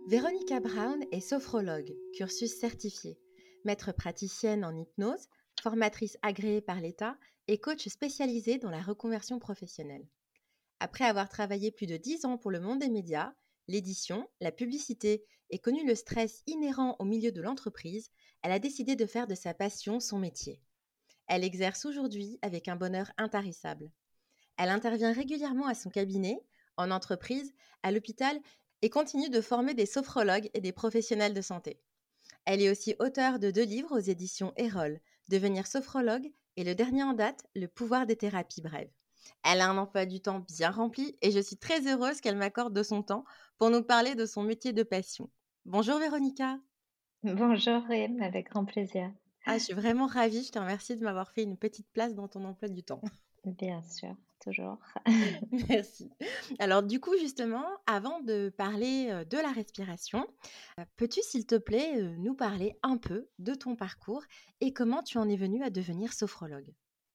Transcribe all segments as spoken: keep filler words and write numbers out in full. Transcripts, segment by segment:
Véronica Brown est sophrologue, cursus certifié, maître praticienne en hypnose, formatrice agréée par l'État et coach spécialisée dans la reconversion professionnelle. Après avoir travaillé plus de dix ans pour le monde des médias, l'édition, la publicité et connu le stress inhérent au milieu de l'entreprise, elle a décidé de faire de sa passion son métier. Elle exerce aujourd'hui avec un bonheur intarissable. Elle intervient régulièrement à son cabinet, en entreprise, à l'hôpital et continue de former des sophrologues et des professionnels de santé. Elle est aussi auteure de deux livres aux éditions Erol, Devenir sophrologue et le dernier en date, Le pouvoir des thérapies brèves. Elle a un emploi du temps bien rempli et je suis très heureuse qu'elle m'accorde de son temps pour nous parler de son métier de passion. Bonjour Véronica. Bonjour Rym, avec grand plaisir. Ah, je suis vraiment ravie, je te remercie de m'avoir fait une petite place dans ton emploi du temps. Bien sûr, toujours. Merci. Alors du coup, justement, avant de parler euh, de la respiration, euh, peux-tu, s'il te plaît, euh, nous parler un peu de ton parcours et comment tu en es venue à devenir sophrologue?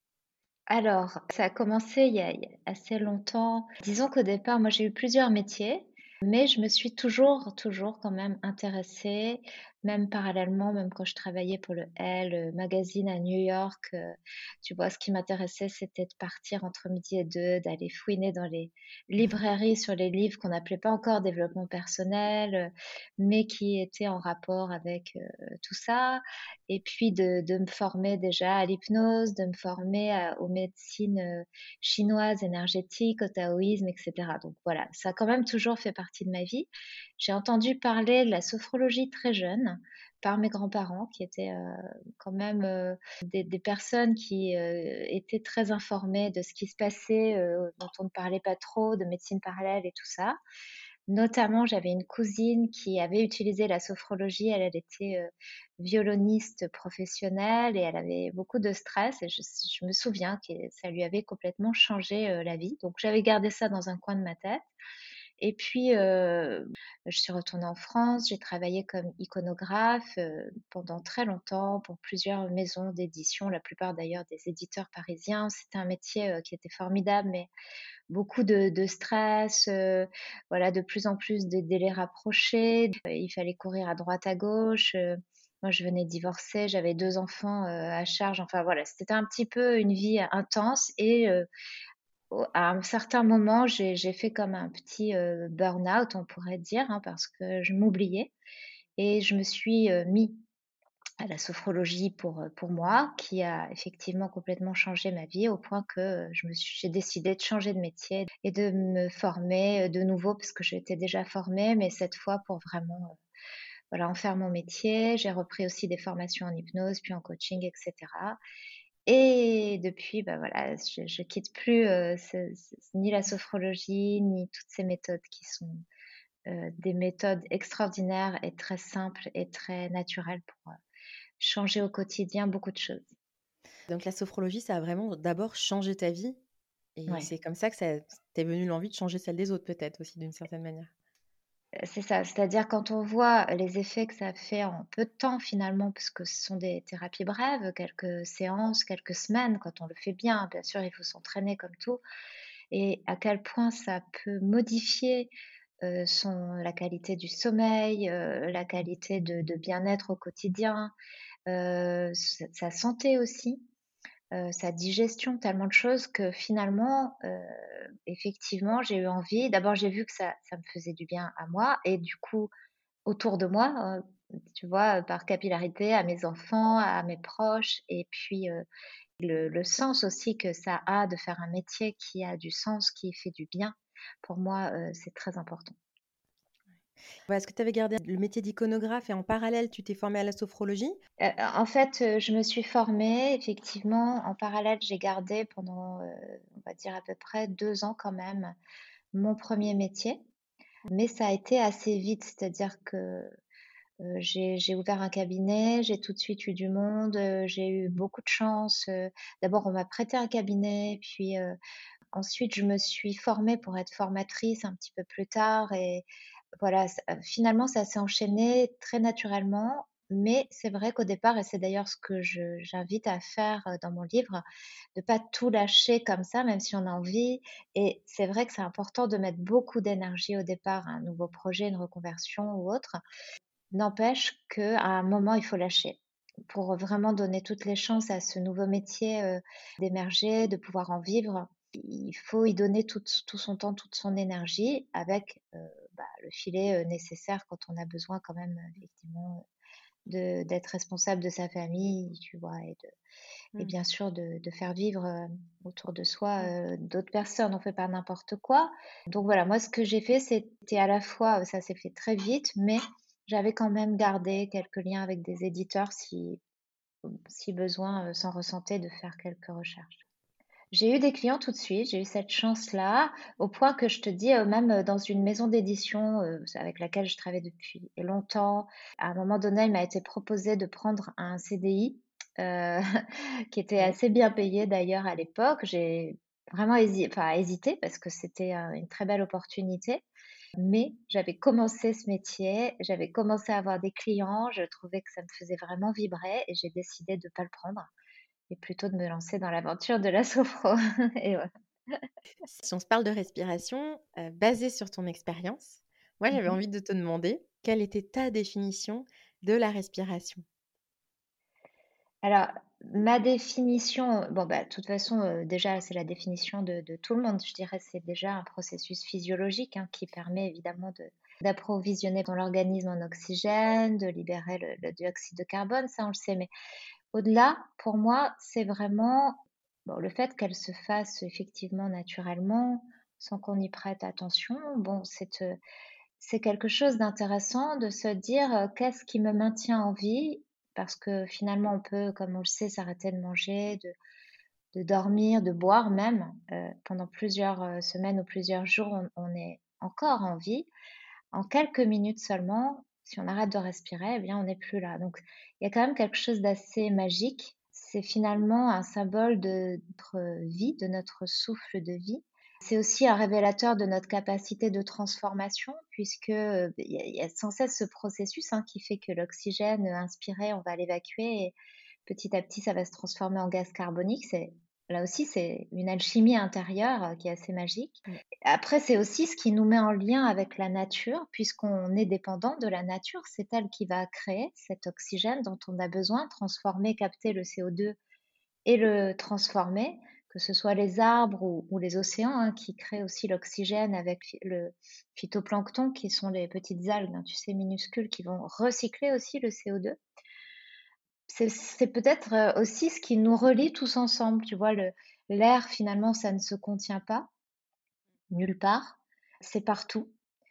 Alors, ça a commencé il y a, il y a assez longtemps. Disons qu'au départ, moi j'ai eu plusieurs métiers, mais je me suis toujours, toujours quand même intéressée, même parallèlement, même quand je travaillais pour le Elle euh, magazine à New York. euh, tu vois, ce qui m'intéressait, c'était de partir entre midi et deux, d'aller fouiner dans les librairies sur les livres qu'on n'appelait pas encore développement personnel, euh, mais qui étaient en rapport avec euh, tout ça. Et puis de de me former déjà à l'hypnose, de me former à aux médecines, heu, chinoises énergétiques, au taoïsme et cetera. Donc voilà, ça a quand même toujours fait partie de ma vie. J'ai entendu parler de la sophrologie très jeune par mes grands-parents qui étaient, heu, quand même, heu, des des personnes qui, heu, étaient très informées de ce qui se passait, heu, dont on ne parlait pas trop, de médecine parallèle et tout ça. Notamment, j'avais une cousine qui avait utilisé la sophrologie. Elle, elle était, heu, violoniste professionnelle et elle avait beaucoup de stress et je je me souviens que ça lui avait complètement changé, heu, la vie. Donc j'avais gardé ça dans un coin de ma tête et puis, heu, je suis retournée en France. J'ai travaillé comme iconographe, heu, pendant très longtemps pour plusieurs maisons d'édition, la plupart d'ailleurs des éditeurs parisiens. C'était un métier, heu, qui était formidable mais beaucoup de de stress, heu, voilà, de plus en plus de délais rapprochés. Heu, il fallait courir à droite à gauche, heu, moi je venais de divorcer, j'avais deux enfants, heu, à charge, enfin voilà, c'était un petit peu une vie intense et heu, au à un certain moment, j'ai j'ai fait comme un petit, heu, burn-out, on pourrait dire, hein, parce que je m'oubliais et je me suis, heu, mis à la sophrologie pour, heu, pour moi, qui a effectivement complètement changé ma vie au point que, heu, je me suis j'ai décidé de changer de métier et de me former, heu, de nouveau parce que j'étais déjà formée, mais cette fois pour vraiment, heu, voilà, en faire mon métier. J'ai repris aussi des formations en hypnose, puis en coaching et cetera et depuis, bah, voilà, je je quitte plus, heu, ce ce ni la sophrologie, ni toutes ces méthodes qui sont, heu, des méthodes extraordinaires et très simples et très naturelles pour, heu, changer au quotidien beaucoup de choses. Donc la sophrologie, ça a vraiment d'abord changé ta vie et Ouais, c'est comme ça que ça t'est venu l'envie de changer celle des autres peut-être aussi d'une certaine manière? heu, c'est ça. C'est-à-dire quand on voit les effets que ça fait en peu de temps finalement, parce que ce sont des thérapies brèves, quelques séances, quelques semaines quand on le fait bien. Bien sûr, il faut s'entraîner comme tout et à quel point ça peut modifier, heu, son la qualité du sommeil, heu, la qualité de de bien-être au quotidien, heu, sa sa santé aussi. Heu, sa digestion, tellement de choses que finalement, heu, effectivement, j'ai eu envie d'abord j'ai vu que ça ça me faisait du bien à moi et du coup autour de moi, heu, tu vois, par capillarité à mes enfants, à mes proches et puis, heu, le le sens aussi que ça a de faire un métier qui a du sens, qui fait du bien. Pour moi, heu, c'est très important. Ouais, est-ce que tu avais gardé le métier d'iconographe et en parallèle, tu t'es formée à la sophrologie? Heu, en fait, heu, je me suis formée effectivement en parallèle, j'ai gardé pendant, heu, on va dire à peu près deux ans quand même, mon premier métier. Mais ça a été assez vite, c'est-à-dire que, heu, j'ai j'ai ouvert un cabinet, j'ai tout de suite eu du monde, heu, j'ai eu beaucoup de chance, heu, d'abord on m'a prêté un cabinet, puis, heu, ensuite je me suis formée pour être formatrice un petit peu plus tard et voilà, ç heu, finalement ça s'est enchaîné très naturellement, mais c'est vrai qu'au départ, et c'est d'ailleurs ce que je j'invite à faire, heu, dans mon livre, de pas tout lâcher comme ça, même si on a envie. Et c'est vrai que c'est important de mettre beaucoup d'énergie au départ à un nouveau projet, une reconversion ou autre. N'empêche qu'à un moment, il faut lâcher pour vraiment donner toutes les chances à ce nouveau métier, heu, d'émerger, de pouvoir en vivre. Il faut y donner tout tout son temps, toute son énergie avec, heu, bah, le filet, heu, nécessaire quand on a besoin quand même, heu, effectivement, de d'être responsable de sa famille, tu vois? Et de et Mmh. bien sûr de de faire vivre, heu, autour de soi, Mmh. heu, d'autres personnes. On fait pas n'importe quoi. Donc voilà, moi ce que j'ai fait, c'était à la fois, ça s'est fait très vite, mais j'avais quand même gardé quelques liens avec des éditeurs si si besoin, heu, s'en ressentait de faire quelques recherches. J'ai eu des clients tout de suite, j'ai eu cette chance-là, au point que je te dis, heu, même, heu, dans une maison d'édition, heu, avec laquelle je travaille depuis longtemps, à un moment donné, il m'a été proposé de prendre un C D I, heu, qui était Ouais. assez bien payé d'ailleurs à l'époque. J'ai vraiment hési enfin hésité parce que c'était, heu, une très belle opportunité, mais j'avais commencé ce métier, j'avais commencé à avoir des clients, je trouvais que ça me faisait vraiment vibrer et j'ai décidé de pas le prendre et plutôt de me lancer dans l'aventure de la sophro et ouais. Si on se parle de respiration, heu, basée sur ton expérience, moi j'avais Mmh. envie de te demander quelle était ta définition de la respiration? Alors, ma définition, heu, bon, bah, de toute façon, heu, déjà, c'est la définition de de tout le monde. Je dirais, c'est déjà un processus physiologique, hein, qui permet évidemment de d'approvisionner ton organisme en oxygène, de libérer le le dioxyde de carbone, ça on le sait. Mais au-delà, pour moi, c'est vraiment, bon, le fait qu'elle se fasse effectivement naturellement, sans qu'on y prête attention. Bon, c'est, heu, c'est quelque chose d'intéressant de se dire, heu: «Qu'est-ce qui me maintient en vie?» Parce que finalement, on peut, comme on le sait, s'arrêter de manger, de de dormir, de boire même, heu, pendant plusieurs, heu, semaines ou plusieurs jours, on on est encore en vie. En quelques minutes seulement, si on arrête de respirer, eh bien, on n'est plus là. Donc, il y a quand même quelque chose d'assez magique. C'est finalement un symbole de notre vie, de notre souffle de vie. C'est aussi un révélateur de notre capacité de transformation, puisque euh, il y, a il y a sans cesse ce processus, hein, qui fait que l'oxygène euh, inspiré, on va l'évacuer et petit à petit, ça va se transformer en gaz carbonique. C'est Là aussi, c'est une alchimie intérieure euh, qui est assez magique. Mmh. Après, c'est aussi ce qui nous met en lien avec la nature, puisqu'on est dépendant de la nature. C'est elle qui va créer cet oxygène dont on a besoin, transformer, capter le C O deux et le transformer, que ce soit les arbres ou, ou les océans, hein, qui créent aussi l'oxygène avec le phytoplancton, qui sont les petites algues, hein, tu sais, minuscules, qui vont recycler aussi le C O deux. C'est c'est peut-être, heu, aussi ce qui nous relie tous ensemble, tu vois? Le L'air finalement, ça ne se contient pas, nulle part, c'est partout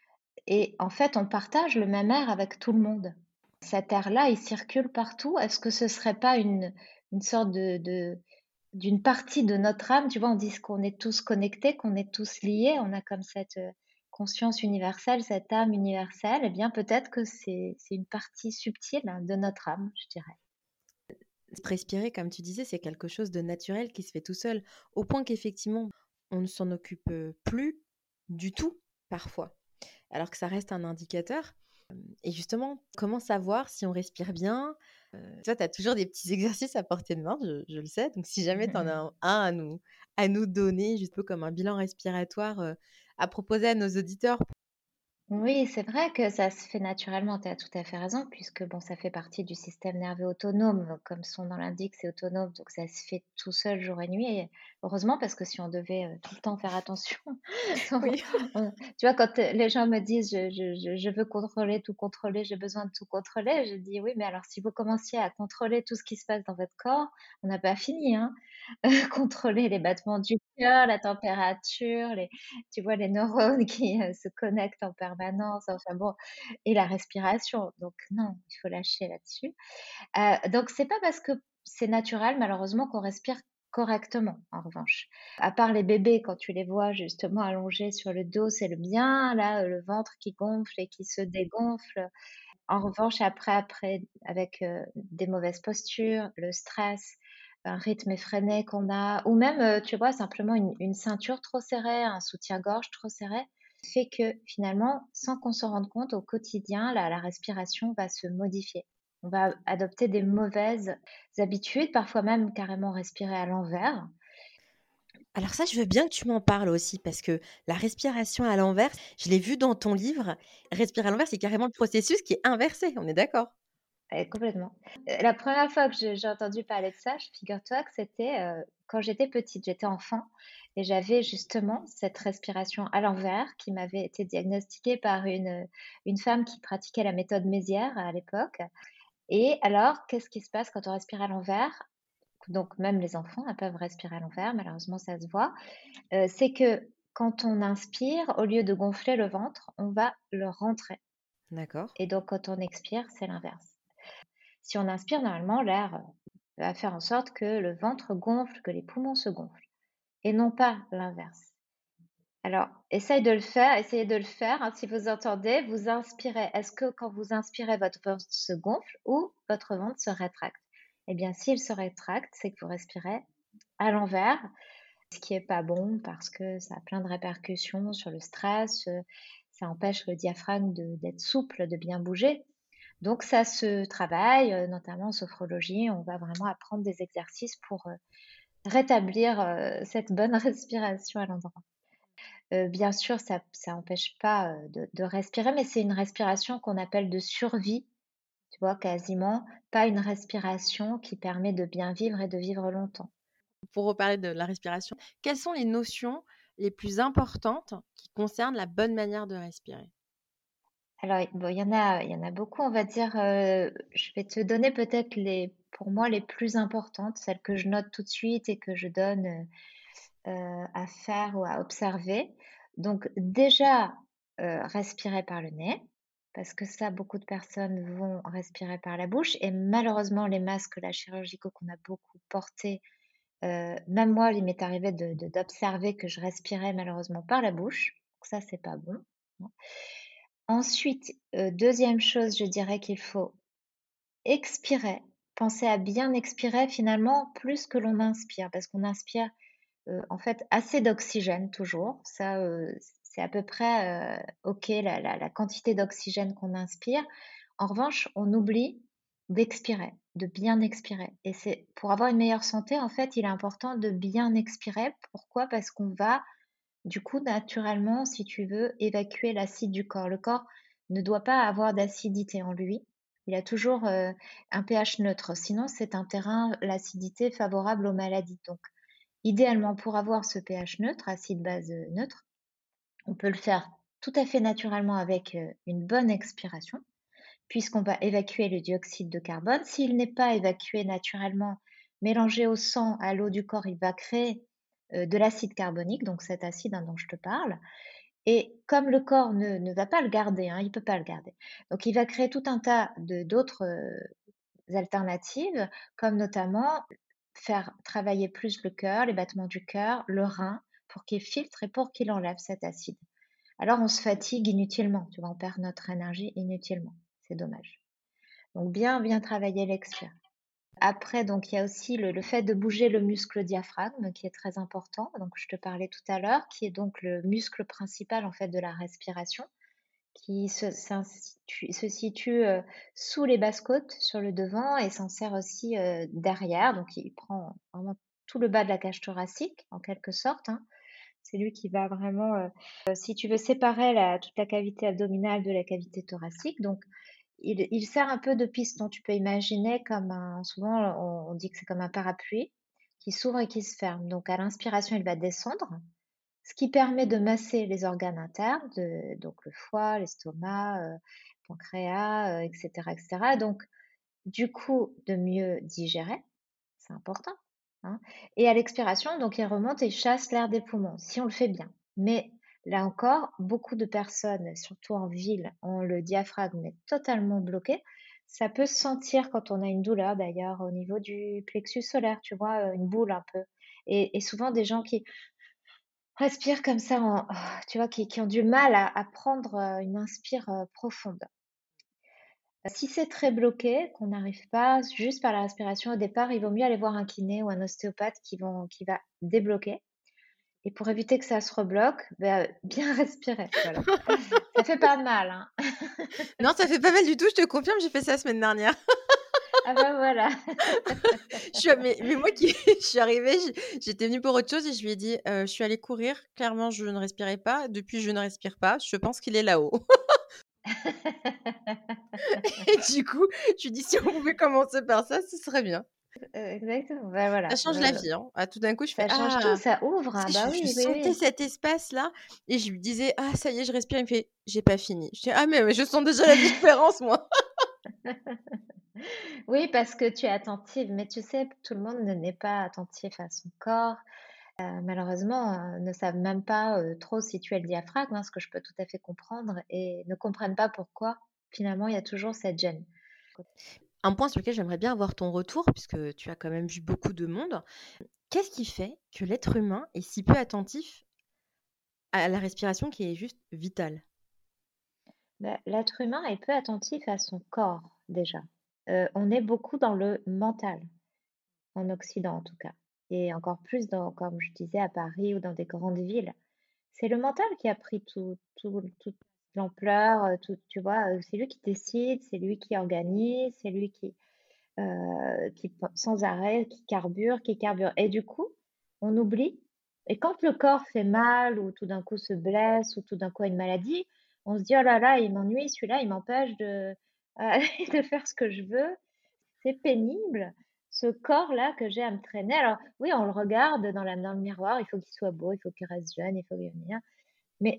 et en fait, on partage le même air avec tout le monde. Cet air-là, il circule partout. Est-ce que ce serait pas une une sorte de de d'une partie de notre âme? Tu vois? On dit qu'on est tous connectés, qu'on est tous liés, on a comme cette, heu, conscience universelle, cette âme universelle et bien peut-être que c'est c'est une partie subtile hein, de notre âme, je dirais. Respirer, comme tu disais, c'est quelque chose de naturel qui se fait tout seul, au point qu'effectivement, on ne s'en occupe, heu, plus du tout parfois, alors que ça reste un indicateur. Et justement, comment savoir si on respire bien? Heu, toi, tu as toujours des petits exercices à portée de main, je je le sais, donc si jamais tu en as un un à nous à nous donner, juste un peu comme un bilan respiratoire, heu, à proposer à nos auditeurs. Oui, c'est vrai que ça se fait naturellement, tu as tout à fait raison, puisque bon, ça fait partie du système nerveux autonome, comme son nom l'indique, c'est autonome, donc ça se fait tout seul jour et nuit. Et heureusement, parce que si on devait euh, tout le temps faire attention, Oui. on- tu vois, quand euh, les gens me disent je, je, je, je veux contrôler, tout contrôler, j'ai besoin de tout contrôler, je dis oui, mais alors si vous commenciez à contrôler tout ce qui se passe dans votre corps, on n'a pas fini, hein. Contrôler les battements du cœur, la température, les tu vois, les neurones qui, heu, se connectent en permanence, enfin bon et la respiration. Donc non, il faut lâcher là-dessus. Heu, donc c'est pas parce que c'est naturel malheureusement qu'on respire correctement, en revanche. À part les bébés, quand tu les vois justement allongés sur le dos, c'est le bien là, heu, le ventre qui gonfle et qui se dégonfle. En revanche, après après avec, heu, des mauvaises postures, le stress, un rythme effréné qu'on a ou même, heu, tu vois, simplement une une ceinture trop serrée, un soutien-gorge trop serré, fait que finalement, sans qu'on s'en rende compte, au quotidien, la la respiration va se modifier. on va adopter des mauvaises habitudes, parfois même carrément respirer à l'envers. Alors ça, je veux bien que tu m'en parles aussi parce que la respiration à l'envers, je l'ai vu dans ton livre. Respirer à l'envers, c'est carrément le processus qui est inversé, on est d'accord? Et complètement. Heu, la première fois que je j'ai entendu parler de ça, figure-toi que c'était, heu, quand j'étais petite. J'étais enfant et j'avais justement cette respiration à l'envers qui m'avait été diagnostiquée par une, une femme qui pratiquait la méthode Mézières à l'époque. Et alors, qu'est-ce qui se passe quand on respire à l'envers? Donc même les enfants, hein, peuvent respirer à l'envers, malheureusement ça se voit. Heu, c'est que quand on inspire, au lieu de gonfler le ventre, on va le rentrer D'accord. et donc quand on expire, c'est l'inverse. Si on inspire, normalement, l'air, heu, va faire en sorte que le ventre gonfle, que les poumons se gonflent et non pas l'inverse. Alors, essaye de le faire, essayez de le faire, hein, si vous entendez, vous inspirez. Est-ce que quand vous inspirez, votre ventre se gonfle ou votre ventre se rétracte? Eh bien, s'il se rétracte, c'est que vous respirez à l'envers, ce qui est pas bon parce que ça a plein de répercussions sur le stress, heu, ça empêche le diaphragme de d'être souple, de bien bouger. Donc ça se travaille, heu, notamment en sophrologie, on va vraiment apprendre des exercices pour, heu, rétablir, heu, cette bonne respiration à l'endroit. Heu, bien sûr, ça ça empêche pas, heu, de de respirer, mais c'est une respiration qu'on appelle de survie, tu vois? Quasiment, pas une respiration qui permet de bien vivre et de vivre longtemps. Pour reparler de la respiration, quelles sont les notions les plus importantes qui concernent la bonne manière de respirer? Alors, il bon, il y en a il y en a beaucoup, on va dire, heu, je vais te donner peut-être les pour moi, les plus importantes, celles que je note tout de suite et que je donne, heu heu, à faire ou à observer. Donc déjà, heu, respirer par le nez, parce que ça, beaucoup de personnes vont respirer par la bouche et malheureusement, les masques là chirurgicaux qu'on a beaucoup portés, heu, même moi, il m'est arrivé de de d'observer que je respirais malheureusement par la bouche. Donc ça, c'est pas bon, hein. Ensuite, heu, deuxième chose, je dirais qu'il faut expirer. Penser à bien expirer finalement plus que l'on inspire, parce qu'on inspire, heu, en fait assez d'oxygène toujours. Ça, heu, c'est à peu près, heu, OK la la la quantité d'oxygène qu'on inspire. En revanche, on oublie d'expirer, de bien expirer et c'est pour avoir une meilleure santé, en fait, il est important de bien expirer. Pourquoi? Parce qu'on va du coup, naturellement, si tu veux, évacuer l'acide du corps. Le corps ne doit pas avoir d'acidité en lui. Il a toujours, heu, un pH neutre. Sinon, c'est un terrain, l'acidité, favorable aux maladies. Donc, idéalement, pour avoir ce pH neutre, acide-base, heu, neutre, on peut le faire tout à fait naturellement avec, heu, une bonne expiration, puisqu'on va évacuer le dioxyde de carbone. S'il n'est pas évacué naturellement, mélangé au sang, à l'eau du corps, il va créer, heu, de l'acide carbonique, donc cet acide, hein, dont je te parle. Et comme le corps ne ne va pas le garder, hein, il peut pas le garder. Donc il va créer tout un tas de d'autres, heu, alternatives, comme notamment faire travailler plus le cœur, les battements du cœur, le rein, pour qu'il filtre et pour qu'il enlève cet acide. Alors on se fatigue inutilement, tu vois? On perd notre énergie inutilement. C'est dommage. Donc bien, bien travailler l'expire. Après, donc il y a aussi le le fait de bouger le muscle diaphragme qui est très important, donc je te parlais tout à l'heure, qui est donc le muscle principal en fait de la respiration, qui se s'insitu se situe, heu, sous les basses côtes, sur le devant et s'en sert aussi, heu, derrière, donc il prend vraiment tout le bas de la cage thoracique en quelque sorte, hein. C'est lui qui va vraiment, heu, si tu veux séparer la toute la cavité abdominale de la cavité thoracique, donc il il sert un peu de piston. Tu peux imaginer comme un souvent on on dit que c'est comme un parapluie qui s'ouvre et qui se ferme. Donc à l'inspiration, il va descendre, ce qui permet de masser les organes internes, de donc le foie, l'estomac, heu, pancréas, heu, et cetera, et cetera. Donc du coup, de mieux digérer, c'est important, hein, et à l'expiration, donc il remonte et il chasse l'air des poumons, si on le fait bien. Mais là encore, beaucoup de personnes, surtout en ville, ont le diaphragme est totalement bloqué. Ça peut se sentir quand on a une douleur d'ailleurs au niveau du plexus solaire, tu vois, heu, une boule un peu et et souvent des gens qui respirent comme ça en tu vois, qui qui ont du mal à à prendre, heu, une inspire, heu, profonde. Si c'est très bloqué, qu'on n'arrive pas juste par la respiration au départ, il vaut mieux aller voir un kiné ou un ostéopathe qui vont qui va débloquer et pour éviter que ça se rebloque, bah, bien respirer, voilà. Ça fait pas mal, hein. Non, ça fait pas mal du tout, je te confirme, j'ai fait ça la semaine dernière. Ah bah voilà. Je suis mais mais moi qui je suis arrivée, j j'étais venue pour autre chose et je lui ai dit: «Heu, je suis allée courir, clairement je ne respirais pas. Depuis je ne respire pas, je pense qu'il est là-haut». Et du coup, je lui dis: «Si on pouvait commencer par ça, ce serait bien». Heu, exactement, bah voilà, Ça change la heu, vie, hein. Ah, tout d'un coup, je fais: ça change tout, «Ah!» ça ouvre, ah Tu sais, bah je je oui, oui, sentais oui. cet espace-là et je lui disais: «Ah ça y est, je respire». Il me fait: «J'ai pas fini». Je dis: «Ah mais mais je sens déjà la différence moi». Oui, parce que tu es attentive, mais tu sais, tout le monde ne n'est pas attentif à son corps, heu, malheureusement, heu, ne savent même pas, heu, trop situer le diaphragme, hein, ce que je peux tout à fait comprendre et ne comprennent pas pourquoi, finalement, il y a toujours cette gêne. Un point sur lequel j'aimerais bien avoir ton retour, puisque tu as quand même vu beaucoup de monde. Qu'est-ce qui fait que l'être humain est si peu attentif à la respiration qui est juste vitale? Bah, l'être humain est peu attentif à son corps, déjà. Heu, on est beaucoup dans le mental, en Occident en tout cas et encore plus dans comme je disais à Paris ou dans des grandes villes. C'est le mental qui a pris tout tout toute l'ampleur, heu, tout tu vois? Heu, c'est lui qui décide, c'est lui qui organise, c'est lui qui, heu, qui pen sans arrêt, qui carbure, qui carbure et du coup, on oublie et quand le corps fait mal ou tout d'un coup se blesse ou tout d'un coup a une maladie, on se dit: «Oh là là, il m'ennuie celui-là, il m'empêche de, de faire ce que je veux». C'est pénible, ce corps-là que j'ai à me traîner. Alors oui, on le regarde dans la dans le miroir, il faut qu'il soit beau, il faut qu'il reste jeune, il faut qu'il mais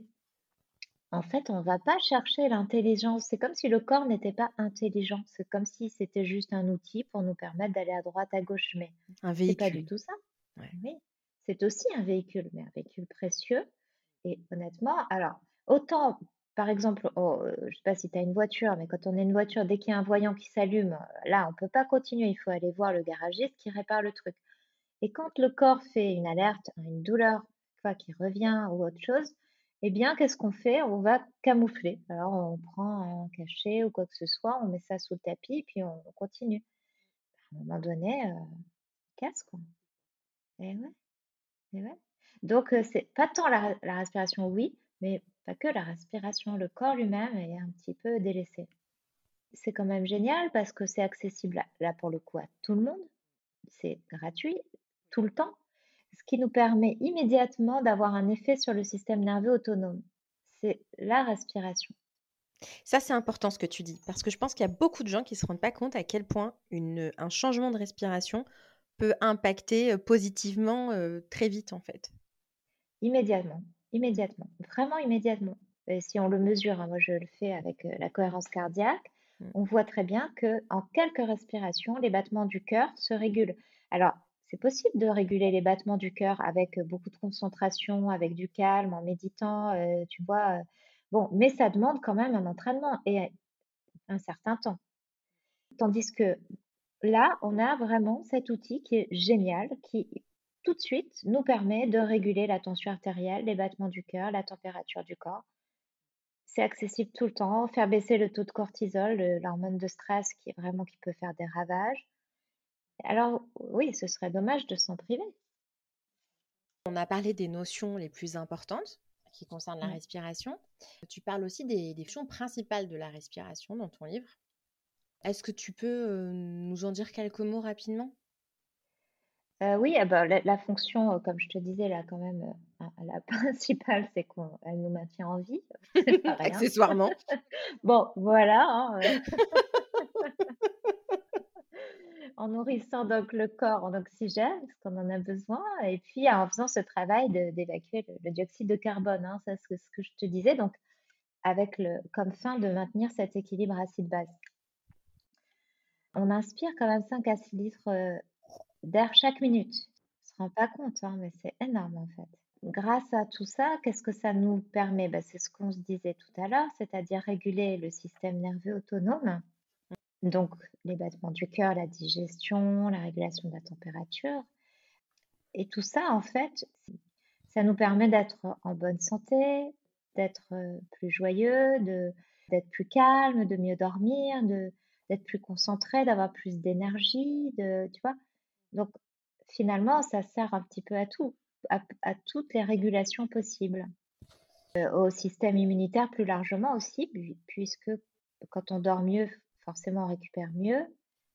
en fait, on va pas chercher l'intelligence. C'est comme si le corps n'était pas intelligent. C'est comme si c'était juste un outil pour nous permettre d'aller à droite, à gauche, mais Un c'est pas du véhicule. tout ça. Ouais. Oui, c'est aussi un véhicule, mais un véhicule précieux et honnêtement, alors autant, par exemple, oh, heu, je sais pas si tu as une voiture, mais quand on a une voiture, dès qu'il y a un voyant qui s'allume, heu, là, on peut pas continuer, il faut aller voir le garagiste qui répare le truc et quand le corps fait une alerte, une douleur, tu vois, qui revient ou autre chose, eh bien, qu'est-ce qu'on fait? On va camoufler. Alors on prend un cachet ou quoi que ce soit, on met ça sous le tapis, puis on on continue. À un moment donné, heu, casse quoi. Et ouais. Et ouais. Donc, heu, c'est pas tant la re la respiration, oui, mais pas que la respiration. Le corps lui-même est un petit peu délaissé. C'est quand même génial parce que c'est accessible à là, pour le coup, à tout le monde. C'est gratuit, tout le temps, ce qui nous permet immédiatement d'avoir un effet sur le système nerveux autonome. C'est la respiration. Ça, c'est important ce que tu dis, parce que je pense qu'il y a beaucoup de gens qui se rendent pas compte à quel point une un changement de respiration peut impacter, heu, positivement, heu, très vite, en fait. Immédiatement, immédiatement, vraiment immédiatement et si on le mesure, hein, moi je le fais avec, heu, la cohérence cardiaque, Mmh. on voit très bien que en quelques respirations, les battements du cœur se régulent. Alors, c'est possible de réguler les battements du cœur avec, heu, beaucoup de concentration, avec du calme, en méditant, heu, tu vois? Heu, bon, mais ça demande quand même un entraînement et un certain temps. Tandis que là, on a vraiment cet outil qui est génial, qui tout de suite nous permet de réguler la tension artérielle, les battements du cœur, la température du corps. C'est accessible tout le temps, faire baisser le taux de cortisol, le- l'hormone de stress qui est vraiment qui peut faire des ravages. Alors oui, ce serait dommage de s'en priver. On a parlé des notions les plus importantes qui concernent la Mm. respiration. Tu parles aussi des des fonctions principales de la respiration dans ton livre. Est-ce que tu peux, heu, nous en dire quelques mots rapidement? Euh, oui, ah bah, la, la fonction, euh, comme je te disais là, quand même, euh, un- la principale, c'est qu'elle nous maintient en vie. C'est pas rien. Accessoirement. Bon, voilà, hein, euh, en nourrissant donc le corps en oxygène, parce qu'on en a besoin, et puis en faisant ce travail de- d'évacuer le, le dioxyde de carbone, hein, ça c'est ce que je te disais, donc avec le, comme fin de maintenir cet équilibre acide-base. On inspire quand même cinq à six litres euh, d'air chaque minute. On ne se rend pas compte, hein, mais c'est énorme en fait. Grâce à tout ça, qu'est-ce que ça nous permet? Ben, c'est ce qu'on se disait tout à l'heure, c'est-à-dire réguler le système nerveux autonome, donc les battements du cœur, la digestion, la régulation de la température. Et tout ça, en fait, ça nous permet d'être en bonne santé, d'être euh, plus joyeux, de, d'être plus calme, de mieux dormir, de, d'être plus concentré, d'avoir plus d'énergie, de, tu vois. Donc, finalement, ça sert un petit peu à tout, à, à toutes les régulations possibles. Euh, au système immunitaire plus largement aussi, pu- puisque quand on dort mieux, forcément on récupère mieux.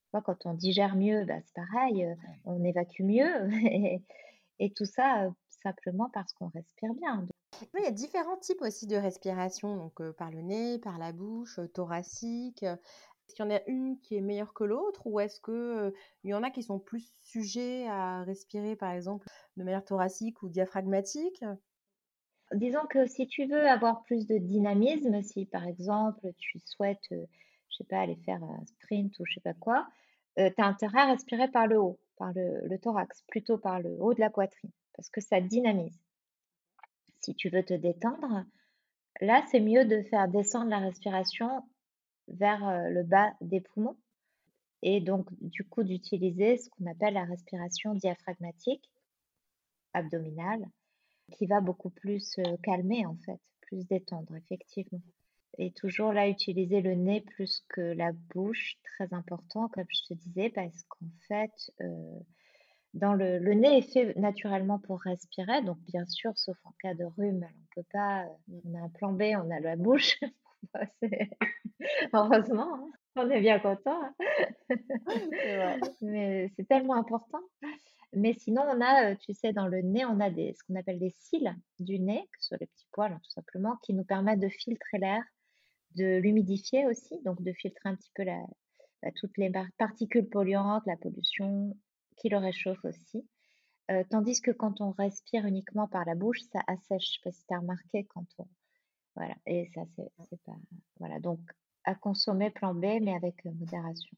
vois, quand on digère mieux, bah, c'est pareil, heu, on évacue mieux et et tout ça, heu, simplement parce qu'on respire bien. Oui, il y a différents types aussi de respiration, donc heu, par le nez, par la bouche, heu, thoracique, heu. Est-ce qu'il y en a une qui est meilleure que l'autre ou est-ce que, heu, il y en a qui sont plus sujets à respirer, par exemple, de manière thoracique ou diaphragmatique? Disons que si tu veux avoir plus de dynamisme, si par exemple tu souhaites, heu, je sais pas, aller faire un sprint ou je sais pas quoi, heu, tu as intérêt à respirer par le haut, par le le thorax, plutôt par le haut de la poitrine, parce que ça dynamise. Si tu veux te détendre, là, c'est mieux de faire descendre la respiration vers, heu, le bas des poumons et donc du coup d'utiliser ce qu'on appelle la respiration diaphragmatique, abdominale, qui va beaucoup plus, heu, calmer en fait, plus détendre effectivement. Et toujours là, utiliser le nez plus que la bouche, très important, comme je te disais, parce qu'en fait, heu, dans le le nez est fait naturellement pour respirer, donc bien sûr, sauf en cas de rhume, on peut pas, heu, Mmh. on a un plan B, on a la bouche. Bah, c'est heureusement, hein, on est bien content, hein. C'est vrai. Mais c'est tellement important. Mais sinon, on a, heu, tu sais, dans le nez, on a des ce qu'on appelle des cils du nez, que ce soit les petits poils, hein, tout simplement, qui nous permettent de filtrer l'air, de l'humidifier aussi, donc de filtrer un petit peu la bah, toutes les par particules polluantes, la pollution qui le réchauffe aussi. Heu, tandis que quand on respire uniquement par la bouche, ça assèche. Je sais pas si tu as remarqué quand on voilà et ça c'est c'est pas voilà donc à consommer plan B mais avec, heu, modération.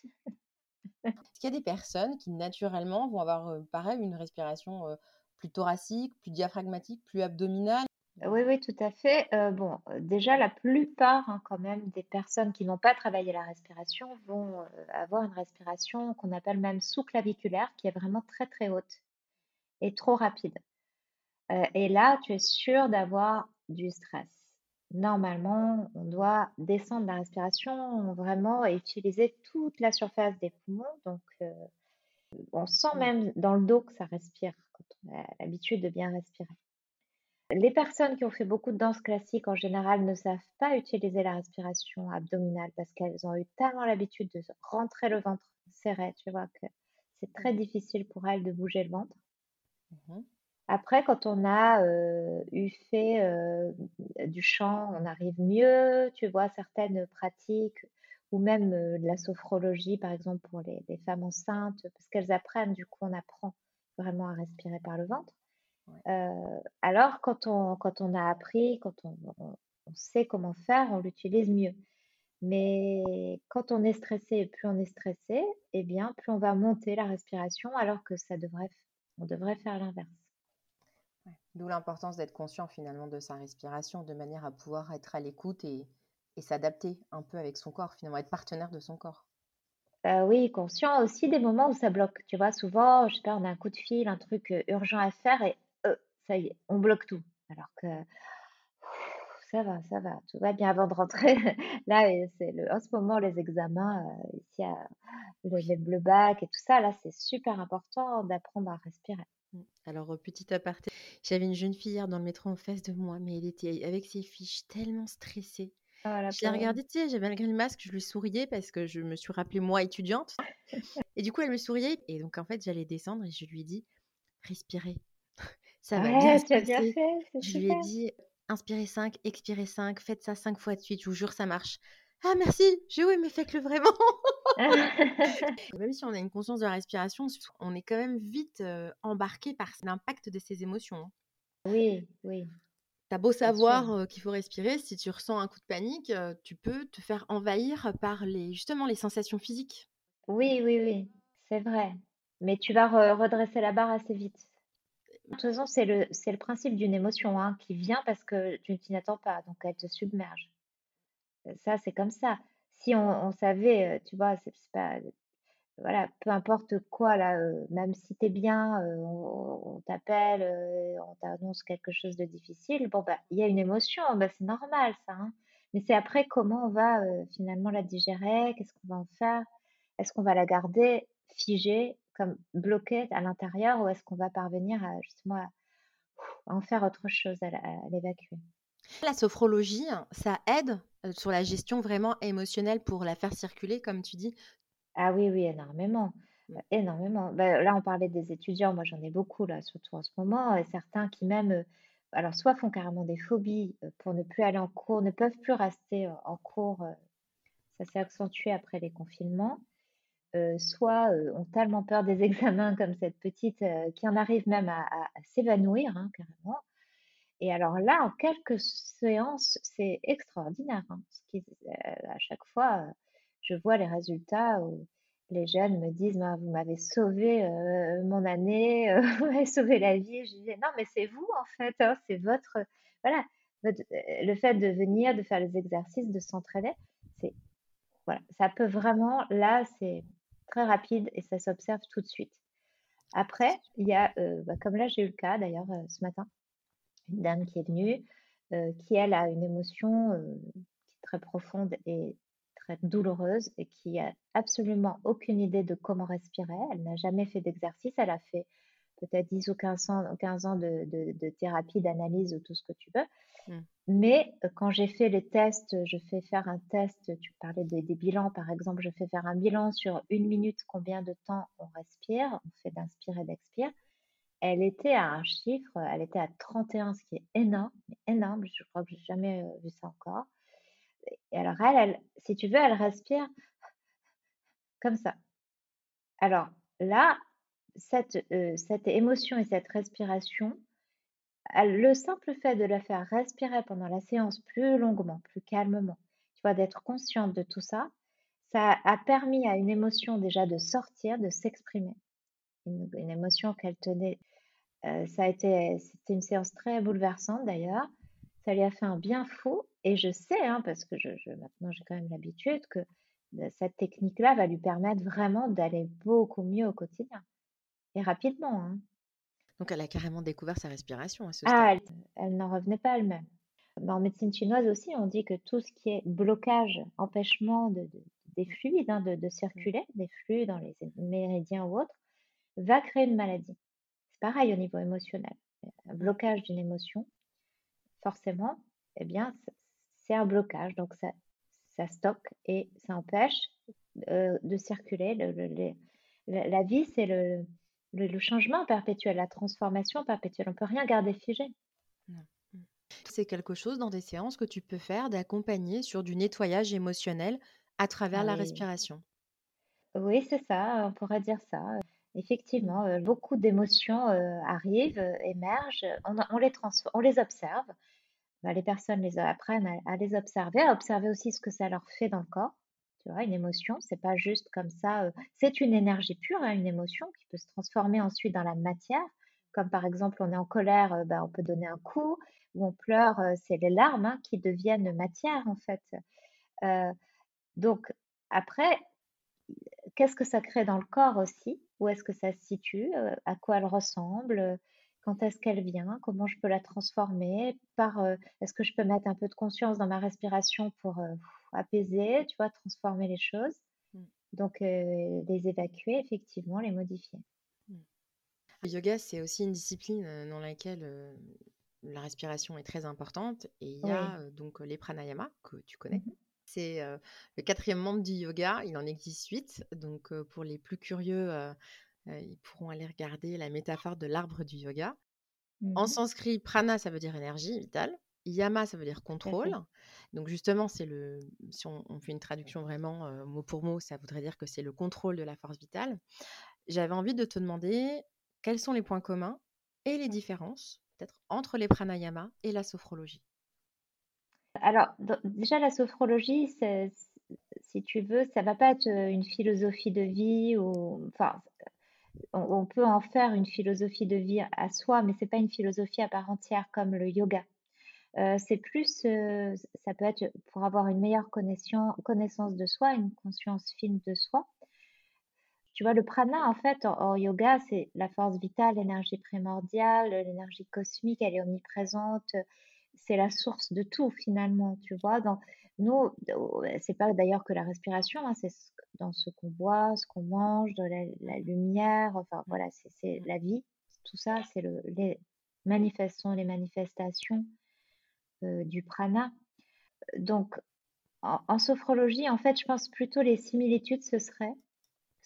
Est-ce qu'il y a des personnes qui naturellement vont avoir, heu, pareil, une respiration, heu, plus thoracique, plus diaphragmatique, plus abdominale? Oui, oui, tout à fait. Heu, bon, heu, déjà la plupart, hein, quand même des personnes qui n'ont pas travaillé la respiration vont, heu, avoir une respiration qu'on appelle même sous-claviculaire qui est vraiment très, très haute et trop rapide. Heu et là, tu es sûr d'avoir du stress. Normalement, on doit descendre la respiration vraiment et utiliser toute la surface des poumons donc heu, on sent Mmh. même dans le dos que ça respire quand on a l'habitude de bien respirer. Les personnes qui ont fait beaucoup de danse classique, en général, ne savent pas utiliser la respiration abdominale parce qu'elles ont eu tellement l'habitude de se rentrer le ventre serré, tu vois? Que c'est Mmh. très difficile pour elles de bouger le ventre. Mmh. Après, quand on a, heu, eu fait, heu, du chant, on arrive mieux, tu vois? Certaines pratiques ou même, heu, de la sophrologie, par exemple, pour les les femmes enceintes, parce qu'elles apprennent, du coup, on apprend vraiment à respirer par le ventre. Ouais. Heu, alors quand on quand on a appris, quand on on on sait comment faire, on l'utilise mieux. Mais quand on est stressé et plus on est stressé, eh bien, plus on va monter la respiration alors que ça devrait f on devrait faire l'inverse. Ouais. D'où l'importance d'être conscient finalement de sa respiration, de manière à pouvoir être à l'écoute et et s'adapter un peu avec son corps, finalement, être partenaire de son corps. Heu, oui, conscient aussi des moments où ça bloque. Tu vois? Souvent, je sais pas, on a un coup de fil, un truc, heu, urgent à faire et heu, ça y est, on bloque tout. Alors que ça va, ça va, tout va bien avant de rentrer. Là, heu, c'est le en ce moment les examens, heu, ici à le Oui. les le bac et tout ça, là, c'est super important d'apprendre à respirer. Mmh. Alors, heu, petit aparté, j'avais une jeune fille hier dans le métro en face de moi, mais elle était avec ses fiches tellement stressée. Oh la Je l'ai pauvre. regardée, tu sais, j'avais malgré le masque, je lui souriais parce que je me suis rappelée moi étudiante et du coup, elle me souriait et donc en fait, j'allais descendre et je lui ai dit: «Respirez, ça va bien Ouais, se tu as bien passer». fait, c'est Je lui ai super. dit: «Inspirez cinq, expirez cinq, faites ça cinq fois de suite, je vous jure ça marche». «Ah merci!» J'ai dit: «Oui, mais faites-le vraiment». Même si on a une conscience de la respiration, on est quand même vite, heu, embarqué par l'impact de ses émotions, hein. Oui, oui, Tu as beau c'est sûr. savoir, heu, qu'il faut respirer, si tu ressens un coup de panique, heu, tu peux te faire envahir par les justement les sensations physiques. Oui, oui, oui, c'est vrai. Mais tu vas re redresser la barre assez vite. De toute façon, c'est le c'est le principe d'une émotion, hein, qui vient parce que tu ne t'y attends pas, donc elle te submerge. Heu, ça, c'est comme ça. Si on on savait, heu, tu vois, c'est c'est pas voilà, peu importe quoi là, heu, même si tu es bien, heu, on on t'appelle, heu, on t'annonce quelque chose de difficile, bon, bah, il y a une émotion, bah, c'est normal ça, hein. Mais c'est après comment on va, heu, finalement la digérer, qu'est-ce qu'on va en faire? Est-ce qu'on va la garder figée, comme bloquée à l'intérieur ou est-ce qu'on va parvenir à justement à à en faire autre chose, à la à l'évacuer? La sophrologie, ça aide, heu, sur la gestion vraiment émotionnelle pour la faire circuler comme tu dis. Ah oui, oui, énormément, Mmh. heu, énormément. Bah, là, on parlait des étudiants, moi j'en ai beaucoup là, surtout en ce moment, et certains qui même, heu, alors soit font carrément des phobies, heu, pour ne plus aller en cours, ne peuvent plus rester, heu, en cours, heu, ça s'est accentué après les confinements, heu, soit, heu, ont tellement peur des examens comme cette petite, heu, qui en arrive même à à à s'évanouir, hein, carrément. Et alors là, en quelques séances, c'est extraordinaire, hein, ce qui, heu, à chaque fois, heu, je vois les résultats où les jeunes me disent: «Ben, vous m'avez sauvé, heu, mon année, heu, vous m'avez sauvé la vie». Je dis: «Non, mais c'est vous en fait, hein, c'est votre, voilà, votre, heu, le fait de venir, de faire les exercices, de s'entraîner, c'est voilà, ça peut vraiment là, c'est très rapide et ça s'observe tout de suite. Après, il y a, heu, bah, comme là, j'ai eu le cas d'ailleurs, heu, ce matin, une dame qui est venue, heu, qui elle a une émotion, heu, qui est très profonde et très douloureuse et qui a absolument aucune idée de comment respirer. Elle n'a jamais fait d'exercice. Elle a fait peut-être dix ou quinze ans quinze ans de de de thérapie, d'analyse ou tout ce que tu veux. Mmh. Mais, heu, quand j'ai fait les tests, je fais faire un test, tu parlais des des bilans par exemple, je fais faire un bilan sur une minute, combien de temps on respire, on fait d'inspire et d'expire. Elle était à un chiffre, elle était à trente et un, ce qui est énorme, mais énorme, je crois que j'ai jamais, heu, vu ça encore. Et alors elle elle si tu veux, elle respire comme ça. Alors là, cette, heu, cette émotion et cette respiration, elle le simple fait de la faire respirer pendant la séance plus longuement, plus calmement, tu vois? D'être consciente de tout ça, ça a permis à une émotion déjà de sortir, de s'exprimer. Une une émotion qu'elle tenait. Heu, ça a été c'était une séance très bouleversante d'ailleurs. Ça lui a fait un bien fou et je sais, hein, parce que je je maintenant j'ai quand même l'habitude que, heu, cette technique-là va lui permettre vraiment d'aller beaucoup mieux au quotidien et rapidement, hein. Donc elle a carrément découvert sa respiration à ce stade. Ah, elle elle n'en revenait pas elle-même. Mais en médecine chinoise aussi, on dit que tout ce qui est blocage, empêchement de de des Mmh. fluides, hein, de de Mmh. circuler, des flux dans les méridiens ou autres, va créer une maladie. C'est pareil au niveau émotionnel. Un Mmh. blocage d'une émotion, forcément, eh bien, c c'est un blocage, donc ça ça stocke et ça empêche, heu, de circuler. Le le les la la vie, c'est le le le changement perpétuel, la transformation perpétuelle. On peut rien garder figé. Non. Mmh. C'est quelque chose dans des séances que tu peux faire d'accompagner sur du nettoyage émotionnel à travers Ah la oui, respiration. oui, c'est ça, on pourrait dire ça, heu, effectivement, heu, beaucoup d'émotions, heu, arrivent, heu, émergent, on on les transfor on les observe. Bah, les personnes les apprennent à à les observer, à observer aussi ce que ça leur fait dans le corps. Tu vois? Une émotion, c'est pas juste comme ça, heu, c'est une énergie pure, hein, une émotion qui peut se transformer ensuite dans la matière. Comme par exemple, on est en colère, heu, bah, on peut donner un coup, ou on pleure, heu, c'est les larmes, hein, qui deviennent matière en fait. Heu, donc après, qu'est-ce que ça crée dans le corps aussi? Où est-ce que ça se situe? Heu, à quoi elle ressemble? Heu, quand est-ce qu'elle vient? Comment je peux la transformer? Par, heu, est-ce que je peux mettre un peu de conscience dans ma respiration pour, heu, apaiser, tu vois? Transformer les choses. Mmh. Donc, heu, les évacuer effectivement, les modifier. Mmh. Le yoga, c'est aussi une discipline, heu, dans laquelle, heu, la respiration est très importante et il y Oui. a, heu, donc les pranayama que tu connais. Mmh. C'est, heu, le quatrième membre du yoga, il en existe huit donc heu, pour les plus curieux, heu heu, ils pourront aller regarder la métaphore de l'arbre du yoga. En Mmh. sanskrit, prana, ça veut dire énergie vitale. Yama, ça veut dire Tout à contrôle. fait. Donc justement, c'est le si on on fait une traduction vraiment, heu, mot pour mot, ça voudrait dire que c'est le contrôle de la force vitale. J'avais envie de te demander quels sont les points communs et les différences, peut-être, entre les pranayama et la sophrologie? Alors, dans déjà la sophrologie, c'est si tu veux, ça va pas être, heu, une philosophie de vie ou enfin, on on peut en faire une philosophie de vie à soi, mais c'est pas une philosophie à part entière comme le yoga. Heu, c'est plus, heu, ça peut être pour avoir une meilleure connaissance connaissance de soi, une conscience fine de soi. Tu vois, le prana, en fait, en en yoga, c'est la force vitale, l'énergie primordiale, l'énergie cosmique, elle est omniprésente, c'est la source de tout finalement, tu vois? Dans nous, heu, c'est pas d'ailleurs que la respiration, hein, c'est ce dans ce qu'on boit, ce qu'on mange, dans la Mmh, la lumière, enfin mmh, voilà, c'est c'est mmh. la vie. Tout ça, c'est le les manifestons les manifestations, heu, du prana. Donc en en sophrologie, en fait, je pense plutôt les similitudes, ce serait,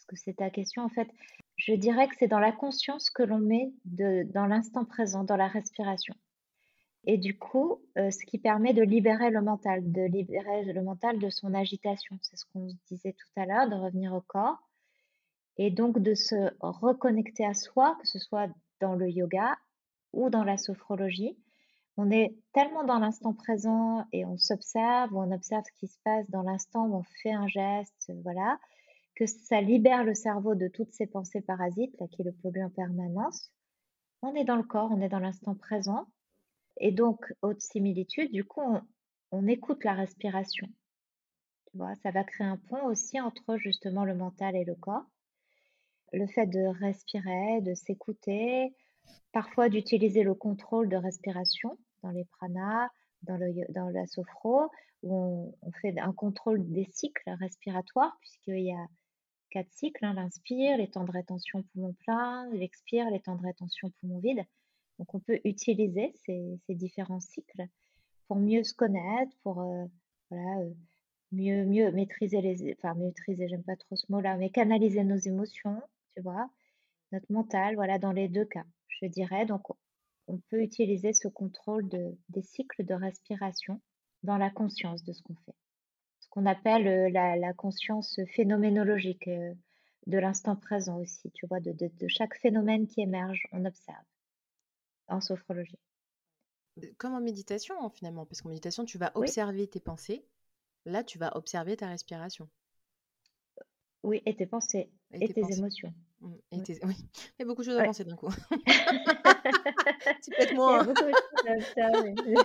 que c'est ta question, en fait, je dirais que c'est dans la conscience que l'on met de dans l'instant présent, dans la respiration et du coup, heu, ce qui permet de libérer le mental, de libérer le mental de son agitation. C'est ce qu'on se disait tout à l'heure, de revenir au corps et donc de se reconnecter à soi, que ce soit dans le yoga ou dans la sophrologie. On est tellement dans l'instant présent et on s'observe, on observe ce qui se passe dans l'instant où on fait un geste, voilà, que ça libère le cerveau de toutes ces pensées parasites là qui le polluent en permanence. On est dans le corps, on est dans l'instant présent et donc haute similitude, du coup, on, on écoute la respiration. Tu vois, ça va créer un pont aussi entre justement le mental et le corps. Le fait de respirer, de s'écouter, parfois d'utiliser le contrôle de respiration dans les pranas, dans, le, dans la sophro, où on, on fait un contrôle des cycles respiratoires, puisqu'il y a quatre cycles, hein, l'inspire, les temps de rétention poumon plein, l'expire, les temps de rétention poumon vide. Donc on peut utiliser ces, ces différents cycles pour mieux se connaître, pour euh, voilà, euh, mieux, mieux maîtriser les, enfin maîtriser, j'aime pas trop ce mot-là, mais canaliser nos émotions, tu vois, notre mental, voilà, dans les deux cas, je dirais. Donc on peut utiliser ce contrôle de, des cycles de respiration dans la conscience de ce qu'on fait. Ce qu'on appelle euh, la, la conscience phénoménologique euh, de l'instant présent aussi, tu vois, de, de, de chaque phénomène qui émerge, on observe en sophrologie. Comme en méditation, hein, finalement, parce qu'en méditation, tu vas Oui, observer tes pensées. Là, tu vas observer ta respiration oui, et tes pensées et et tes tes pensées. émotions. Mm. Et Oui. tes- Oui, il y a beaucoup de choses à Ouais. penser d'un coup. C'est peut-être Il y a moi, hein. beaucoup de choses à observer.